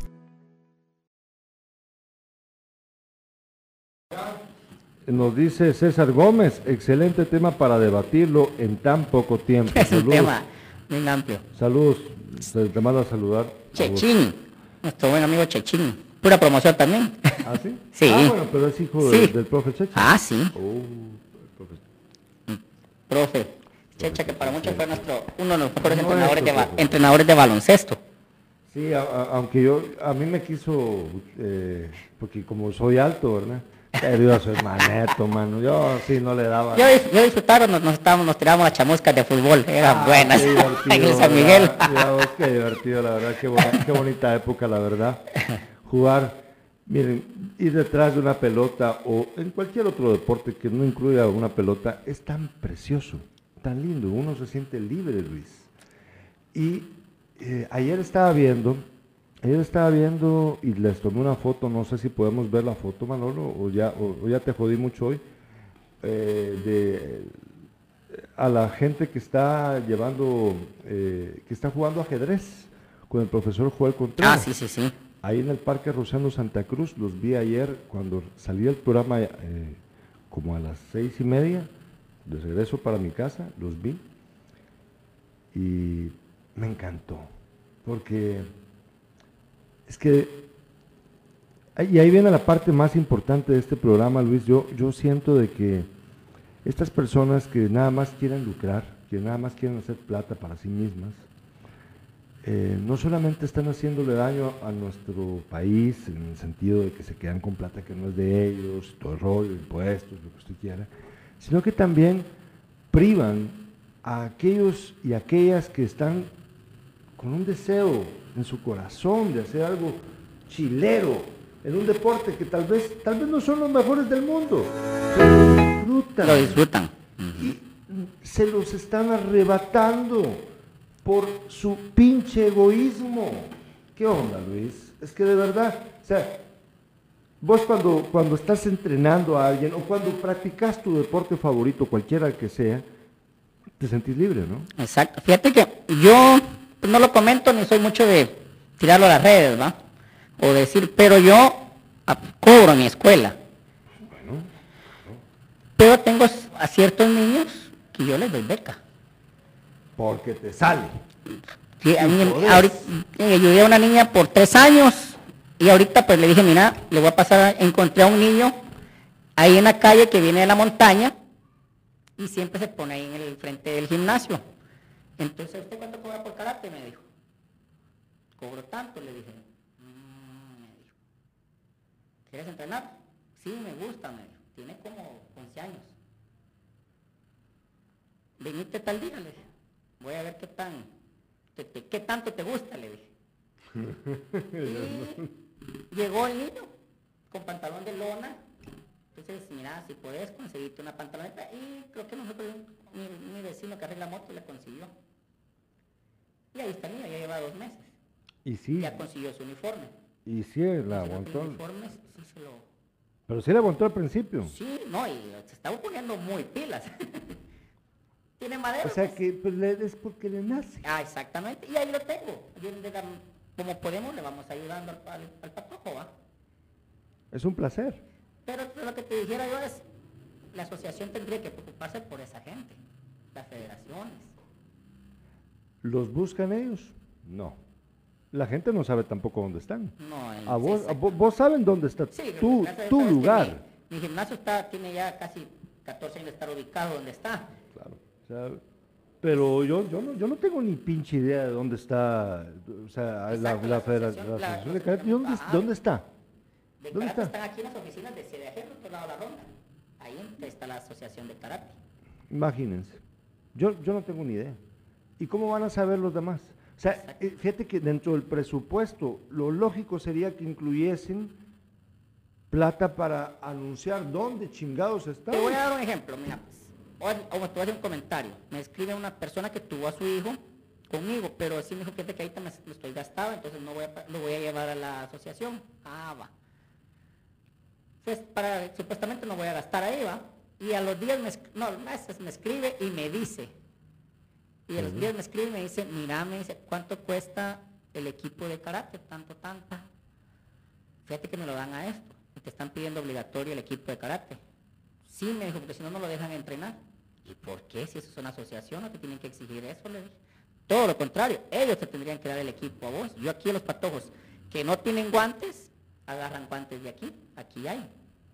Nos dice César Gómez, excelente tema para debatirlo en tan poco tiempo. Es un Saludos. tema muy amplio. Saludos, te, te mando a saludar. Chechín, nuestro buen amigo Chechín. Pura promoción también. ¿Ah, sí? Sí. Ah, bueno, pero es hijo de, Sí. del profe Checha. Ah, sí. Oh, profe. Profe Checha, que para muchos fue nuestro, uno de los mejores No entrenadores, es, de, ba- profe. entrenadores de baloncesto. Sí, a, a, aunque yo, a mí me quiso, eh, porque como soy alto, ¿verdad? Pero yo soy maneto, mano. Yo sí no le daba. Yo, dis- yo disfrutaron, nos, nos, estábamos, nos tirábamos las chamuscas de fútbol, eran Ah, buenas. qué divertido, En el San ¿verdad? Miguel. Mira vos, qué divertido, la verdad, qué, buena- qué bonita época, la verdad. Jugar, miren, ir detrás de una pelota o en cualquier otro deporte que no incluya una pelota es tan precioso, tan lindo, uno se siente libre, Luis. Y eh, ayer estaba viendo, ayer estaba viendo y les tomé una foto, no sé si podemos ver la foto, Manolo, o ya, o, o ya te jodí mucho hoy, eh, de a la gente que está llevando, eh, que está jugando ajedrez con el profesor Joel Contreras. Ah, sí, sí, sí. Ahí en el Parque Rosendo Santa Cruz, los vi ayer cuando salí el programa eh, como a las seis y media, de regreso para mi casa, los vi y me encantó, porque es que, y ahí viene la parte más importante de este programa, Luis, yo, yo siento de que estas personas que nada más quieren lucrar, que nada más quieren hacer plata para sí mismas, Eh, no solamente están haciéndole daño a nuestro país, en el sentido de que se quedan con plata que no es de ellos, todo el rollo, impuestos, lo que usted quiera, sino que también privan a aquellos y aquellas que están con un deseo en su corazón de hacer algo chilero, en un deporte que tal vez, tal vez no son los mejores del mundo, pero disfrutan. Lo disfrutan. Y se los están arrebatando por su pinche egoísmo. ¿Qué onda, Luis? Es que de verdad, o sea, vos cuando, cuando estás entrenando a alguien o cuando practicas tu deporte favorito, cualquiera que sea, te sentís libre, ¿no? Exacto. Fíjate que yo pues, no lo comento ni soy mucho de tirarlo a las redes, ¿va? O decir, pero yo a, cobro en mi escuela. Bueno, Pero tengo a ciertos niños que yo les doy beca. porque te sale. Sí, a mí, Joder. ahorita, eh, ayudé a una niña por tres años y ahorita pues le dije, mira, le voy a pasar, a, encontré a un niño ahí en la calle que viene de la montaña y siempre se pone ahí en el frente del gimnasio. Entonces, ¿usted cuánto cobra por karate? Me dijo. Cobro tanto, le dije. Mm, me dijo. ¿Quieres entrenar? Sí, me gusta, me dijo. Tiene como once años. Venite tal día, le dije. Voy a ver qué tan, qué, qué, qué tanto te gusta, le dije. Y llegó el niño con pantalón de lona. Entonces, mira, si puedes conseguirte una pantaloneta. Y creo que nosotros, mi, mi vecino que arregla moto le consiguió. Y ahí está el niño, ya lleva dos meses. Y sí, Ya consiguió su uniforme. y sí la Yo creo que aguantó. El uniforme sí se lo... Pero sí la aguantó al principio. Sí, no, y se estaba poniendo muy pilas. Tiene madera. O sea pues. que pues, le- es porque le nace. Ah, exactamente. Y ahí lo tengo. Yo le dam- como podemos, le vamos ayudando al, al, al patojo, ¿va? Es un placer. Pero lo que te dijera yo es, la asociación tendría que preocuparse por esa gente, las federaciones. ¿Los buscan ellos? No. La gente no sabe tampoco dónde están. No, el- A vos, sí, a vos, vos saben dónde está sí, tu, lo que pasa tu es que lugar. Mi, mi gimnasio está, tiene ya casi catorce años de estar ubicado donde está. Claro. O sea, pero yo, yo, no, yo no tengo ni pinche idea de dónde está, o sea, Exacto, la, la la, federa- asociación- la la asociación de asociación- karate. ¿Dónde, ajá. ¿Dónde está? De ¿Dónde karate está? están aquí en las oficinas de C D A G, al otro lado de la ronda. Ahí está la asociación de karate. Imagínense. Yo, yo no tengo ni idea. ¿Y cómo van a saber los demás? O sea, Exacto. eh, fíjate que dentro del presupuesto, lo lógico sería que incluyesen plata para anunciar dónde chingados está. Te voy a dar un ejemplo, mira, pues, o, o te voy a hacer un comentario. Me escribe una persona que tuvo a su hijo conmigo, pero sí me dijo, fíjate que ahorita me, lo estoy gastado, entonces no voy a, pa- lo voy a llevar a la asociación. Ah, va. Pues para, supuestamente no voy a gastar ahí, va. Y a los días, me, esc- no, a los meses me escribe y me dice, y a los días me escribe y me dice, mira, me dice, ¿cuánto cuesta el equipo de karate? Tanto, tanta. Fíjate que me lo dan a esto, y te están pidiendo obligatorio el equipo de karate. Sí, me dijo, porque si no, no lo dejan entrenar. ¿Y por qué? Si eso es una asociación, no te tienen que exigir eso, le dije. Todo lo contrario, ellos te tendrían que dar el equipo a vos. Yo aquí a los patojos que no tienen guantes, agarran guantes de aquí, aquí hay.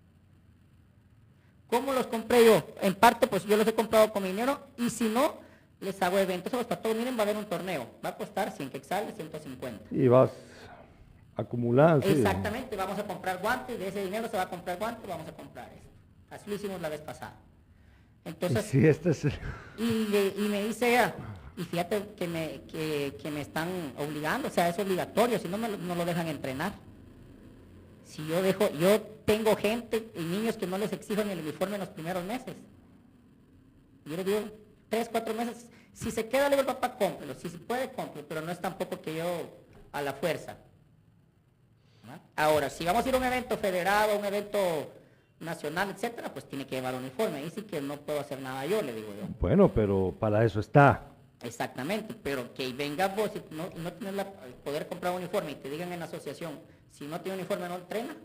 ¿Cómo los compré yo? En parte, pues yo los he comprado con mi dinero, y si no, les hago eventos a los patojos. Miren, va a haber un torneo, va a costar cien quetzales, ciento cincuenta. Y vas acumulando. sí. Exactamente, vamos a comprar guantes, de ese dinero se va a comprar guantes, vamos a comprar esto. Así lo hicimos la vez pasada. Y Entonces, sí, este es el- y, le- y me dice ella, y fíjate que me, que, que me están obligando, o sea, es obligatorio, si no, me lo- no lo dejan entrenar. Si yo dejo, yo tengo gente y niños que no les exijo ni el uniforme en los primeros meses. Yo les digo, tres, cuatro meses, si se queda, le digo al papá, cómprelo, si se puede, cómprelo, pero no es tampoco que yo a la fuerza. ¿No? Ahora, si vamos a ir a un evento federado, un evento nacional, etcétera, pues tiene que llevar uniforme. Ahí sí que no puedo hacer nada yo, le digo yo. Bueno, pero para eso está. Exactamente, pero que venga vos y no, y no tener la- el poder comprar un uniforme y te digan en la asociación, si no tiene uniforme no entrena.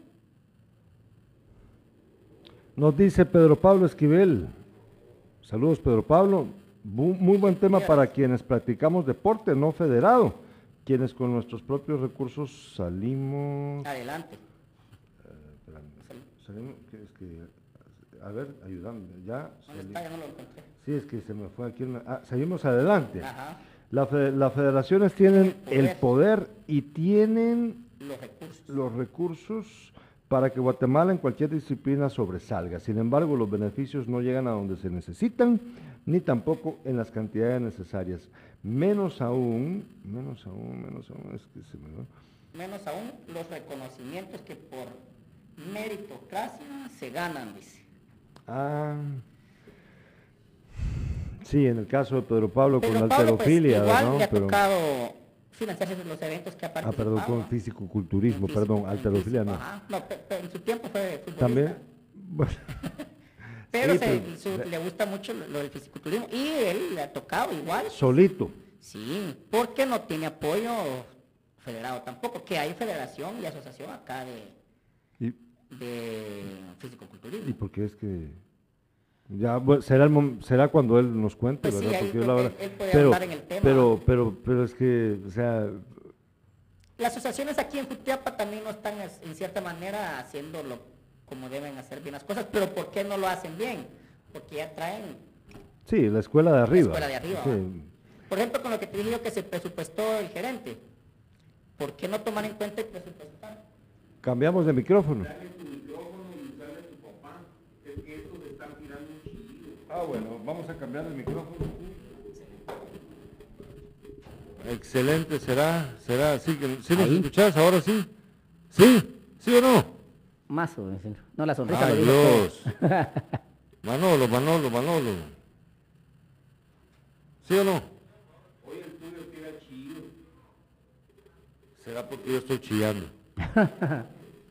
Nos dice Pedro Pablo Esquivel. Saludos, Pedro Pablo. Bu- Muy buen tema para quienes practicamos deporte no federado, quienes con nuestros propios recursos salimos. Adelante. Espérame, salimos, que es que, a ver, ayúdame, ya. ¿Dónde sali- está? Ya no lo encontré. Sí, es que se me fue aquí. una- ah, seguimos adelante. Ajá. La fe- las federaciones tienen El el poder y tienen Los recursos. los recursos para que Guatemala en cualquier disciplina sobresalga. Sin embargo, los beneficios no llegan a donde se necesitan, ni tampoco en las cantidades necesarias. Menos aún, menos aún, menos aún, es que se me va. Menos aún los reconocimientos que por meritocracia se ganan, dice. Ah, sí, en el caso de Pedro Pablo Pedro con la Pablo, pues, alterofilia, igual ¿no? le ha Pero, tocado financiarse de los eventos que ha ah, participado. perdón, con ¿no? fisicoculturismo, En perdón, físico, en alterofilia físico, no. ajá. No, pe- pe- en su tiempo fue futbolista. También, bueno, Pero, sí, se- pero, su- o sea, le gusta mucho lo, lo del fisiculturismo y él le ha tocado igual. solito. Sí, porque no tiene apoyo federado tampoco, que hay federación y asociación acá de, ¿Y, de y fisicoculturismo. por qué es que ya bueno, será el mom- será cuando él nos cuente, Pues sí, ¿verdad? ahí Porque yo creo la que verdad- él- él puede pero, ahondar en el tema. pero, pero, pero es que, o sea, Las asociaciones aquí en Jutiapa también no están es- en cierta manera haciéndolo como deben hacer bien las cosas, pero ¿por qué no lo hacen bien? Porque ya traen, sí, la escuela de arriba. escuela de arriba, sí. ¿va? por ejemplo, con lo que te dije yo que se presupuestó el gerente, ¿por qué no tomar en cuenta el presupuestar? Cambiamos de micrófono. Ah, bueno, vamos a cambiar el micrófono. Excelente, será, será, sí, que- ¿sí nos Ahí. escuchás ahora sí? ¿Sí? ¿Sí o no? Más o menos. No, la sonrisa Ay, lo dijo Dios. todo. Manolo, Manolo, Manolo. ¿Sí o no? Será porque yo estoy chillando. A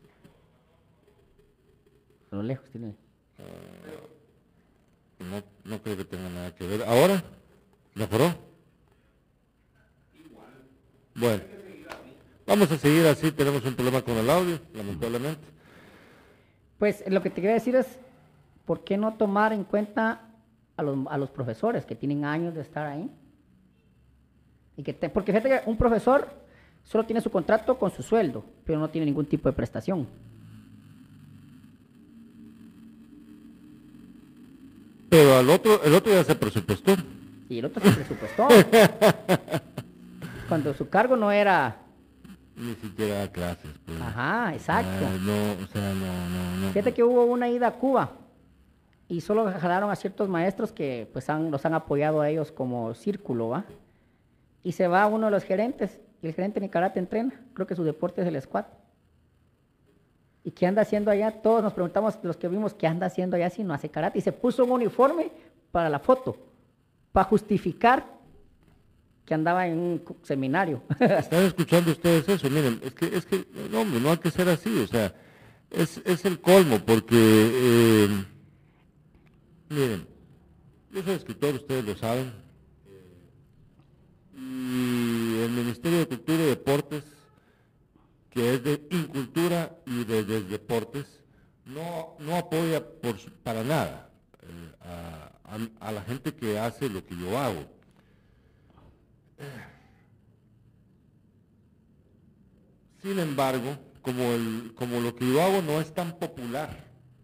lo lejos tiene. No, no creo que tenga nada que ver. ¿Ahora? ¿Mejoró? Bueno, vamos a seguir así. Tenemos un problema con el audio, lamentablemente. Pues lo que te quería decir es, ¿por qué no tomar en cuenta a los, a los profesores que tienen años de estar ahí? Y que te- porque fíjate que un profesor solo tiene su contrato con su sueldo, pero no tiene ningún tipo de prestación. Pero al otro, el otro ya se presupuestó. Y el otro se presupuestó. Cuando su cargo no era... Ni siquiera da clases. Pues. Ajá, exacto. Ah, no, o sea, no, no, no. Fíjate que hubo una ida a Cuba y solo jalaron a ciertos maestros que pues han, los han apoyado a ellos como círculo, ¿va? Y se va uno de los gerentes, y el gerente ni karate entrena, creo que su deporte es el squat. ¿Y qué anda haciendo allá? Todos nos preguntamos, los que vimos, ¿qué anda haciendo allá si no hace karate? Y se puso un uniforme para la foto, para justificar que andaba en un cu- seminario. ¿Están escuchando ustedes eso? Miren, es que, es que, no, hombre, no hay que ser así, o sea, es, es el colmo, porque, eh, miren, yo soy escritor, ustedes lo saben, y el Ministerio de Cultura y Deportes, que es de Incultura y de, de Deportes, no, no apoya por, su- para nada eh, a, a- a la gente que hace lo que yo hago. Sin embargo, como, el, como lo que yo hago no es tan popular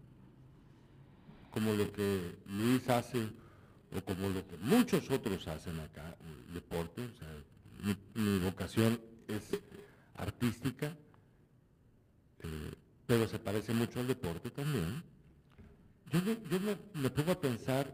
como lo que Luis hace o como lo que muchos otros hacen acá, el deporte, o sea, mi, mi vocación es artística, eh, pero se parece mucho al deporte también. Yo, me, yo me, me pongo a pensar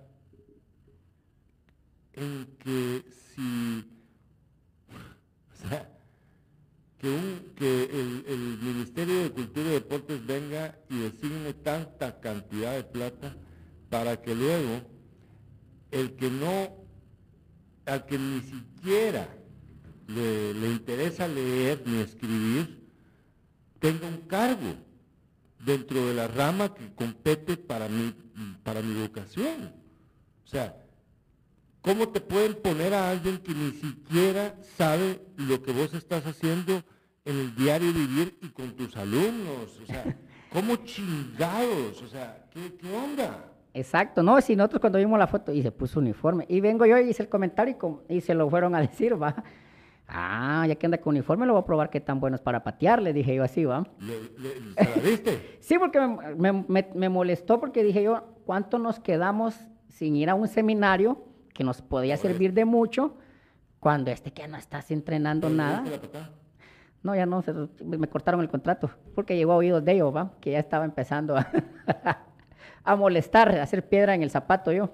en que si, o sea, que, un, que el, el Ministerio de Cultura y Deportes venga y designe tanta cantidad de plata para que luego el que no, al que ni siquiera le, le interesa leer ni escribir, tenga un cargo dentro de la rama que compete para mi, para mi vocación. O sea, ¿cómo te pueden poner a alguien que ni siquiera sabe lo que vos estás haciendo en el diario vivir y con tus alumnos? O sea, ¿cómo chingados? O sea, ¿qué, qué onda? Exacto, no, si nosotros cuando vimos la foto y se puso uniforme, y vengo yo y hice el comentario y, com- y se lo fueron a decir, va. Ah, ya que anda con uniforme, lo voy a probar qué tan bueno es para patear, le dije yo así, va. ¿Le, le, ¿Se la viste? Sí, porque me, me- me- me molestó porque dije yo, ¿cuánto nos quedamos sin ir a un seminario que nos podía servir de mucho cuando este que no estás entrenando ¿Le nada? viste la patada? No, ya no, se- me cortaron el contrato porque llegó a oídos de ellos, va, que ya estaba empezando a, a molestar, a hacer piedra en el zapato yo.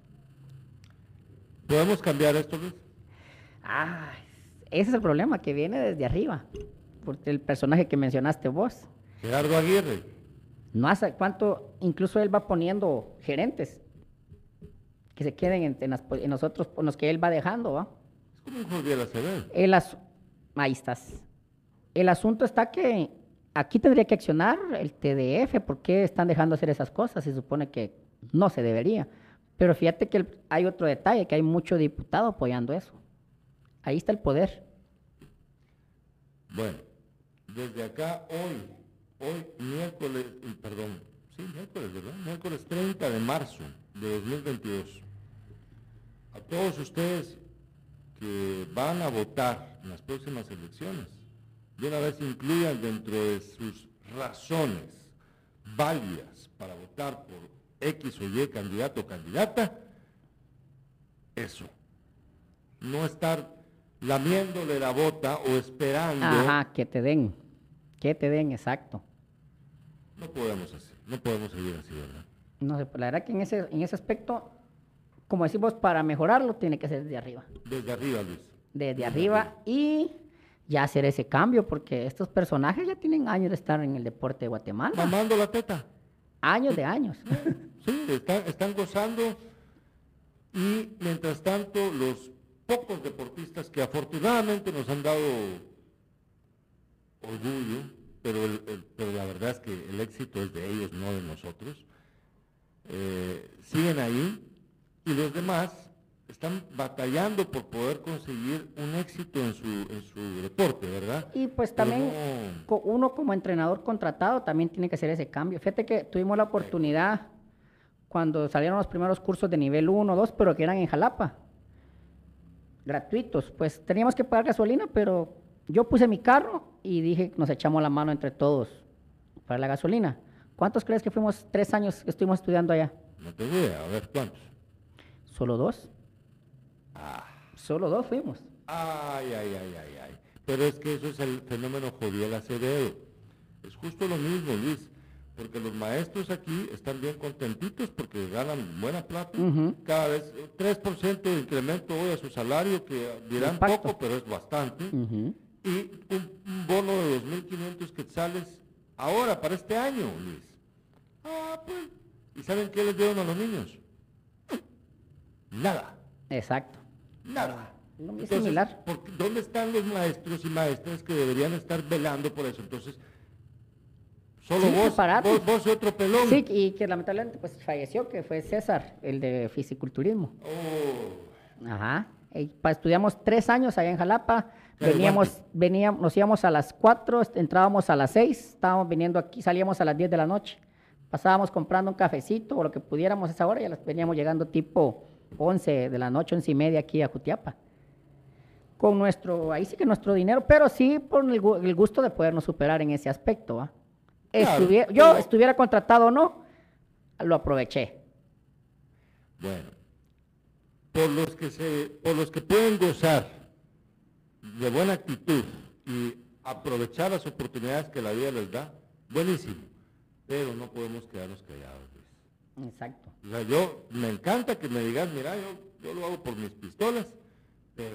¿Podemos cambiar esto, Luis? Ah, ese es el problema, que viene desde arriba, por el personaje que mencionaste vos. Gerardo Aguirre. No hace cuánto, incluso él va poniendo gerentes que se queden en, en, las, en nosotros, en los que él va dejando, ¿va? Es como un Jordiel Acevedo. El as- Ahí estás. El asunto está que aquí tendría que accionar el T D F. ¿Por qué están dejando hacer esas cosas? Se supone que no se debería. Pero fíjate que el- hay otro detalle, que hay mucho diputado apoyando eso. Ahí está el poder. Bueno, desde acá hoy, hoy miércoles, eh, perdón, sí, miércoles, ¿verdad? Miércoles treinta de marzo de dos mil veintidós. A todos ustedes que van a votar en las próximas elecciones, de una vez incluyan dentro de sus razones válidas para votar por X o Y candidato o candidata, eso. No estar lamiéndole la bota o esperando. Ajá, que te den. Que te den, exacto. No podemos hacer, no podemos seguir así, ¿verdad? No sé, la verdad que en ese, en ese aspecto, como decimos, para mejorarlo tiene que ser desde arriba. Desde arriba, Luis. Desde arriba y ya hacer ese cambio, porque estos personajes ya tienen años de estar en el deporte de Guatemala. Mamando la teta. Años de años. Sí, están, están gozando y mientras tanto los pocos deportistas que afortunadamente nos han dado orgullo, pero, el, el- pero la verdad es que el éxito es de ellos, no de nosotros, eh, siguen ahí y los demás están batallando por poder conseguir un éxito en su, en su deporte, ¿verdad? Y pues Pero también no- co- uno como entrenador contratado también tiene que hacer ese cambio. Fíjate que tuvimos la oportunidad cuando salieron los primeros cursos de nivel uno, dos, pero que eran en Jalapa, gratuitos. Pues teníamos que pagar gasolina, pero yo puse mi carro y dije, nos echamos la mano entre todos para la gasolina. ¿Cuántos crees que fuimos tres años que estuvimos estudiando allá? no tengo idea, a ver cuántos. ¿Solo dos? Solo dos fuimos. Ay, ay, ay, ay, ay. Pero es que eso es el fenómeno Jodiel Acevedo. Es justo lo mismo, Luis. Porque los maestros aquí están bien contentitos porque ganan buena plata. Ujú. Cada vez eh, tres por ciento de incremento hoy a su salario, que dirán Impacto. poco, pero es bastante. Ujú. Y un, un bono de dos mil quinientos quetzales ahora, para este año, Luis. Ah, pues. ¿Y saben qué les dieron a los niños? Nada. Exacto. Nada. No, es Entonces, similar. ¿por qué- ¿dónde están los maestros y maestras que deberían estar velando por eso? Entonces, solo Sí, vos, prepárate. vos, vos y otro pelón. Sí, y que lamentablemente pues falleció, que fue César, el de fisiculturismo. Oh, Ajá. Y pa- estudiamos tres años allá en Jalapa. Qué Veníamos, guante. veníamos, nos íbamos a las cuatro, est- entrábamos a las seis, estábamos viniendo aquí, salíamos a las diez de la noche. Pasábamos comprando un cafecito o lo que pudiéramos a esa hora y ya las veníamos llegando tipo once de la noche, once y media aquí a Jutiapa. Con nuestro, ahí sí que nuestro dinero, pero sí por el, gu- el gusto de podernos superar en ese aspecto, ¿va? Claro, Estuviera- pero- yo estuviera contratado o no, lo aproveché. bueno. Por los que se, por los que pueden gozar de buena actitud y aprovechar las oportunidades que la vida les da, buenísimo. Pero no podemos quedarnos callados, Luis. Exacto. O sea, yo, me encanta que me digas, mira, yo, yo lo hago por mis pistolas, pero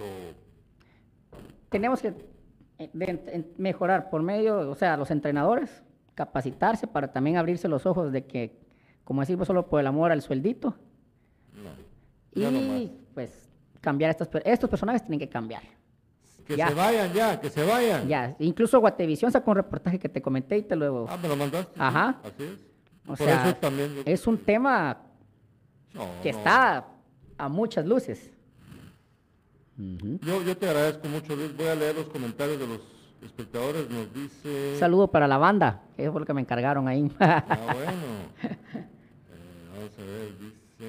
Tenemos que eh, de- en- mejorar por medio, o sea, los entrenadores, capacitarse para también abrirse los ojos de que, como decimos, solo por el amor al sueldito. no, ya no Y más. pues cambiar estos, per- estos personajes tienen que cambiar. Que Ya. se vayan ya, que se vayan. Ya, incluso Guatevisión sacó un reportaje que te comenté y te lo... Ah, me lo mandaste. sí, Ajá. Así es. O Por sea, eso también. yo- es un tema no, que no. está a muchas luces. Ujú. Yo, yo te agradezco mucho, Luis. Voy a leer los comentarios de los espectadores. Nos dice. Un saludo para la banda, que eso fue lo que me encargaron ahí. Ah, bueno. Eh, vamos a ver, dice.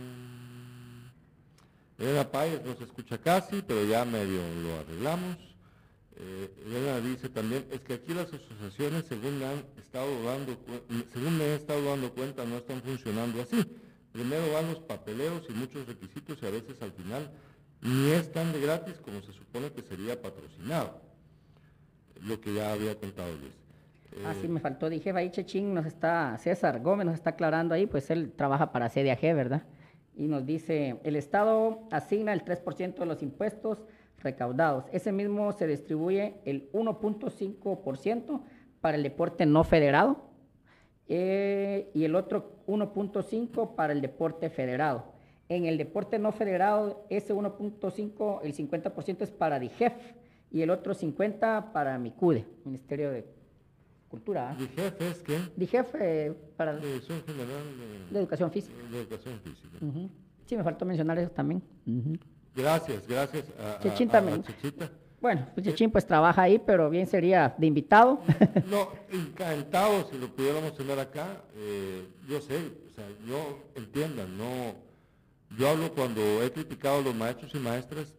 Elena Páez nos escucha casi, pero ya medio lo arreglamos. Eh, Elena dice también, es que aquí las asociaciones, según me han estado dando, cu- según me he estado dando cuenta, no están funcionando así. Primero van los papeleos y muchos requisitos y a veces al final ni es tan de gratis como se supone que sería patrocinado. Lo que ya había contado Luis. Ah, Eh, sí, me faltó, dije, ahí Chechín nos está, César Gómez nos está aclarando ahí, pues él trabaja para C D A G, ¿verdad? Y nos dice, el Estado asigna el tres por ciento de los impuestos recaudados. Ese mismo se distribuye el uno punto cinco por ciento para el deporte no federado eh, y el otro uno punto cinco para el deporte federado. En el deporte no federado, ese uno punto cinco, el cincuenta por ciento es para DIGEF y el otro cincuenta por ciento para MICUDE, Ministerio de Cultura. ¿eh? ¿DIGEF es qué? DIGEF eh, para la Dirección General de Educación Física. de Educación Física. Uh-huh. Sí, me faltó mencionar eso también. Uh-huh. Gracias, gracias a, Chechín a- a- también. a Chechita. Bueno, pues Chechín pues trabaja ahí, pero bien sería de invitado. No, encantado si lo pudiéramos tener acá. eh, yo sé, o sea, yo entiendan, no. Yo hablo cuando he criticado a los maestros y maestras,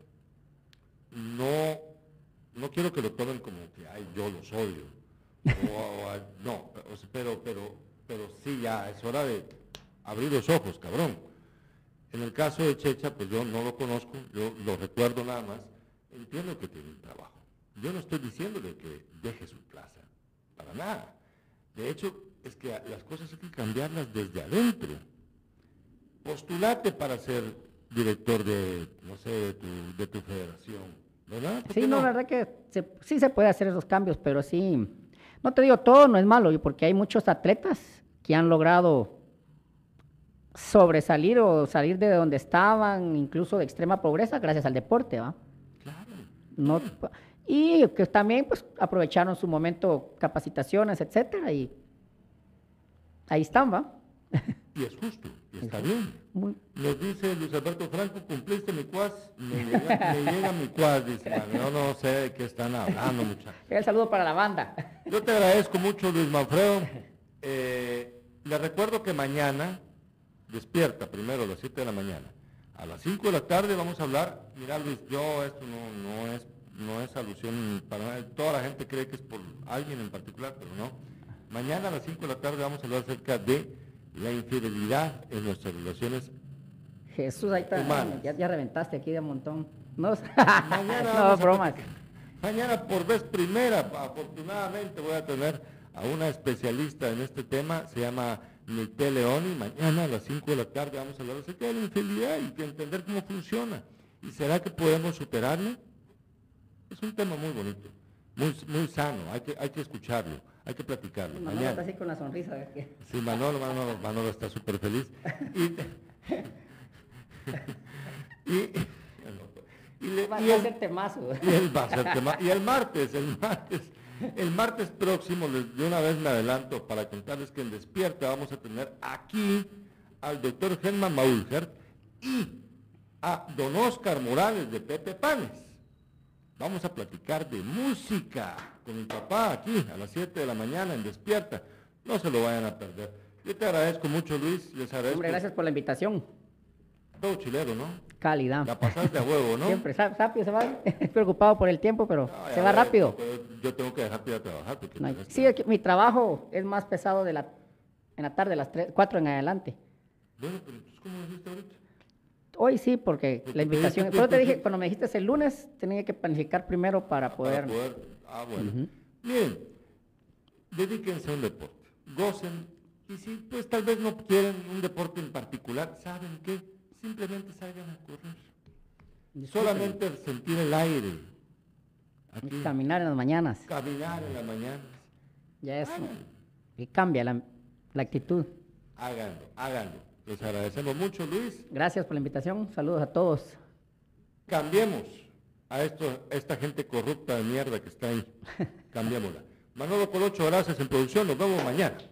no, no quiero que lo tomen como que, ay, yo los odio. O, o, ay, no, o sea, pero, pero, pero sí, ya es hora de abrir los ojos, cabrón. En el caso de Checha, pues yo no lo conozco, yo lo recuerdo nada más. Entiendo que tiene un trabajo. Yo no estoy diciéndole que deje su plaza, para nada. De hecho, es que las cosas hay que cambiarlas desde adentro. Postulate para ser director de, no sé, de tu, de tu federación, ¿verdad? ¿Por Sí, qué no, la verdad que se- sí se puede hacer esos cambios, pero sí, no te digo, todo no es malo, porque hay muchos atletas que han logrado sobresalir o salir de donde estaban, incluso de extrema pobreza, gracias al deporte, ¿va? Claro. No, y que también pues aprovecharon su momento capacitaciones, etcétera, y ahí están, ¿va? Y es justo, y está bien. Muy- Nos dice Luis Alberto Franco, cumpliste mi cuas, me llega, me llega mi cuas, dice, "Man, yo no sé de qué están hablando, muchachos. El saludo para la banda. Yo te agradezco mucho, Luis Manfredo. Eh, le recuerdo que mañana, despierta primero a las siete de la mañana. A las cinco de la tarde vamos a hablar, mira Luis, yo esto no, no es no es alusión para nada, toda la gente cree que es por alguien en particular, pero no. Mañana a las cinco de la tarde vamos a hablar acerca de la infidelidad en nuestras relaciones. Jesús, ahí está, Humanas. ya, ya reventaste aquí de un montón. No, Mañana no, vamos a bromas. platicar. Mañana por vez primera, afortunadamente voy a tener a una especialista en este tema, se llama Nite Leoni. Mañana a las cinco de la tarde vamos a hablar acerca de la infidelidad y que entender cómo funciona. ¿Y será que podemos superarlo? Es un tema muy bonito, muy, muy sano, hay que, hay que escucharlo, hay que platicarlo. Manolo Mañana. está así con la sonrisa. ¿ves que? Sí, Manolo, Manolo, Manolo está súper feliz. Y, y, y le- Va, y va a el- ser temazo. y el, va a ser tema- y el martes, el martes, el martes próximo, les- de una vez me adelanto para contarles que en Despierta vamos a tener aquí al doctor Germán Maulhert y a don Oscar Morales de Pepe Panes. Vamos a platicar de música con mi papá aquí a las siete de la mañana en Despierta. No se lo vayan a perder. Yo te agradezco mucho, Luis. Les agradezco. Hombre, gracias por la invitación. Todo chileno, ¿no? Calidad. La pasaste a huevo, ¿no? Siempre, sa- rápido se va. Estoy preocupado por el tiempo, pero No, se ya va ves, rápido. pero Yo tengo que dejarte ir a trabajar. Porque No hay- tienes sí, que- es que mi trabajo es más pesado de la, en la tarde, las tres, cuatro en adelante. Bueno, pero entonces, ¿cómo dijiste ahorita? Hoy sí, porque Porque la te invitación. diste Pero te tiempo, dije, sí. cuando me dijiste el lunes, tenía que planificar primero para poder. Para poder. Ah, bueno. Ujú. Miren, dedíquense a un deporte. Gocen. Y si, pues, tal vez no quieren un deporte en particular, ¿saben qué? Simplemente salgan a correr. Solamente sentir el aire. Aquí, Caminar en las mañanas. caminar en la mañana. Ya es. Háganlo. Y cambia la, la actitud. Háganlo, háganlo. Les agradecemos mucho, Luis. Gracias por la invitación. Saludos a todos. Cambiemos a esto, a esta gente corrupta de mierda que está ahí. Cambiémosla. Manolo Colocho, gracias en producción. Nos vemos mañana.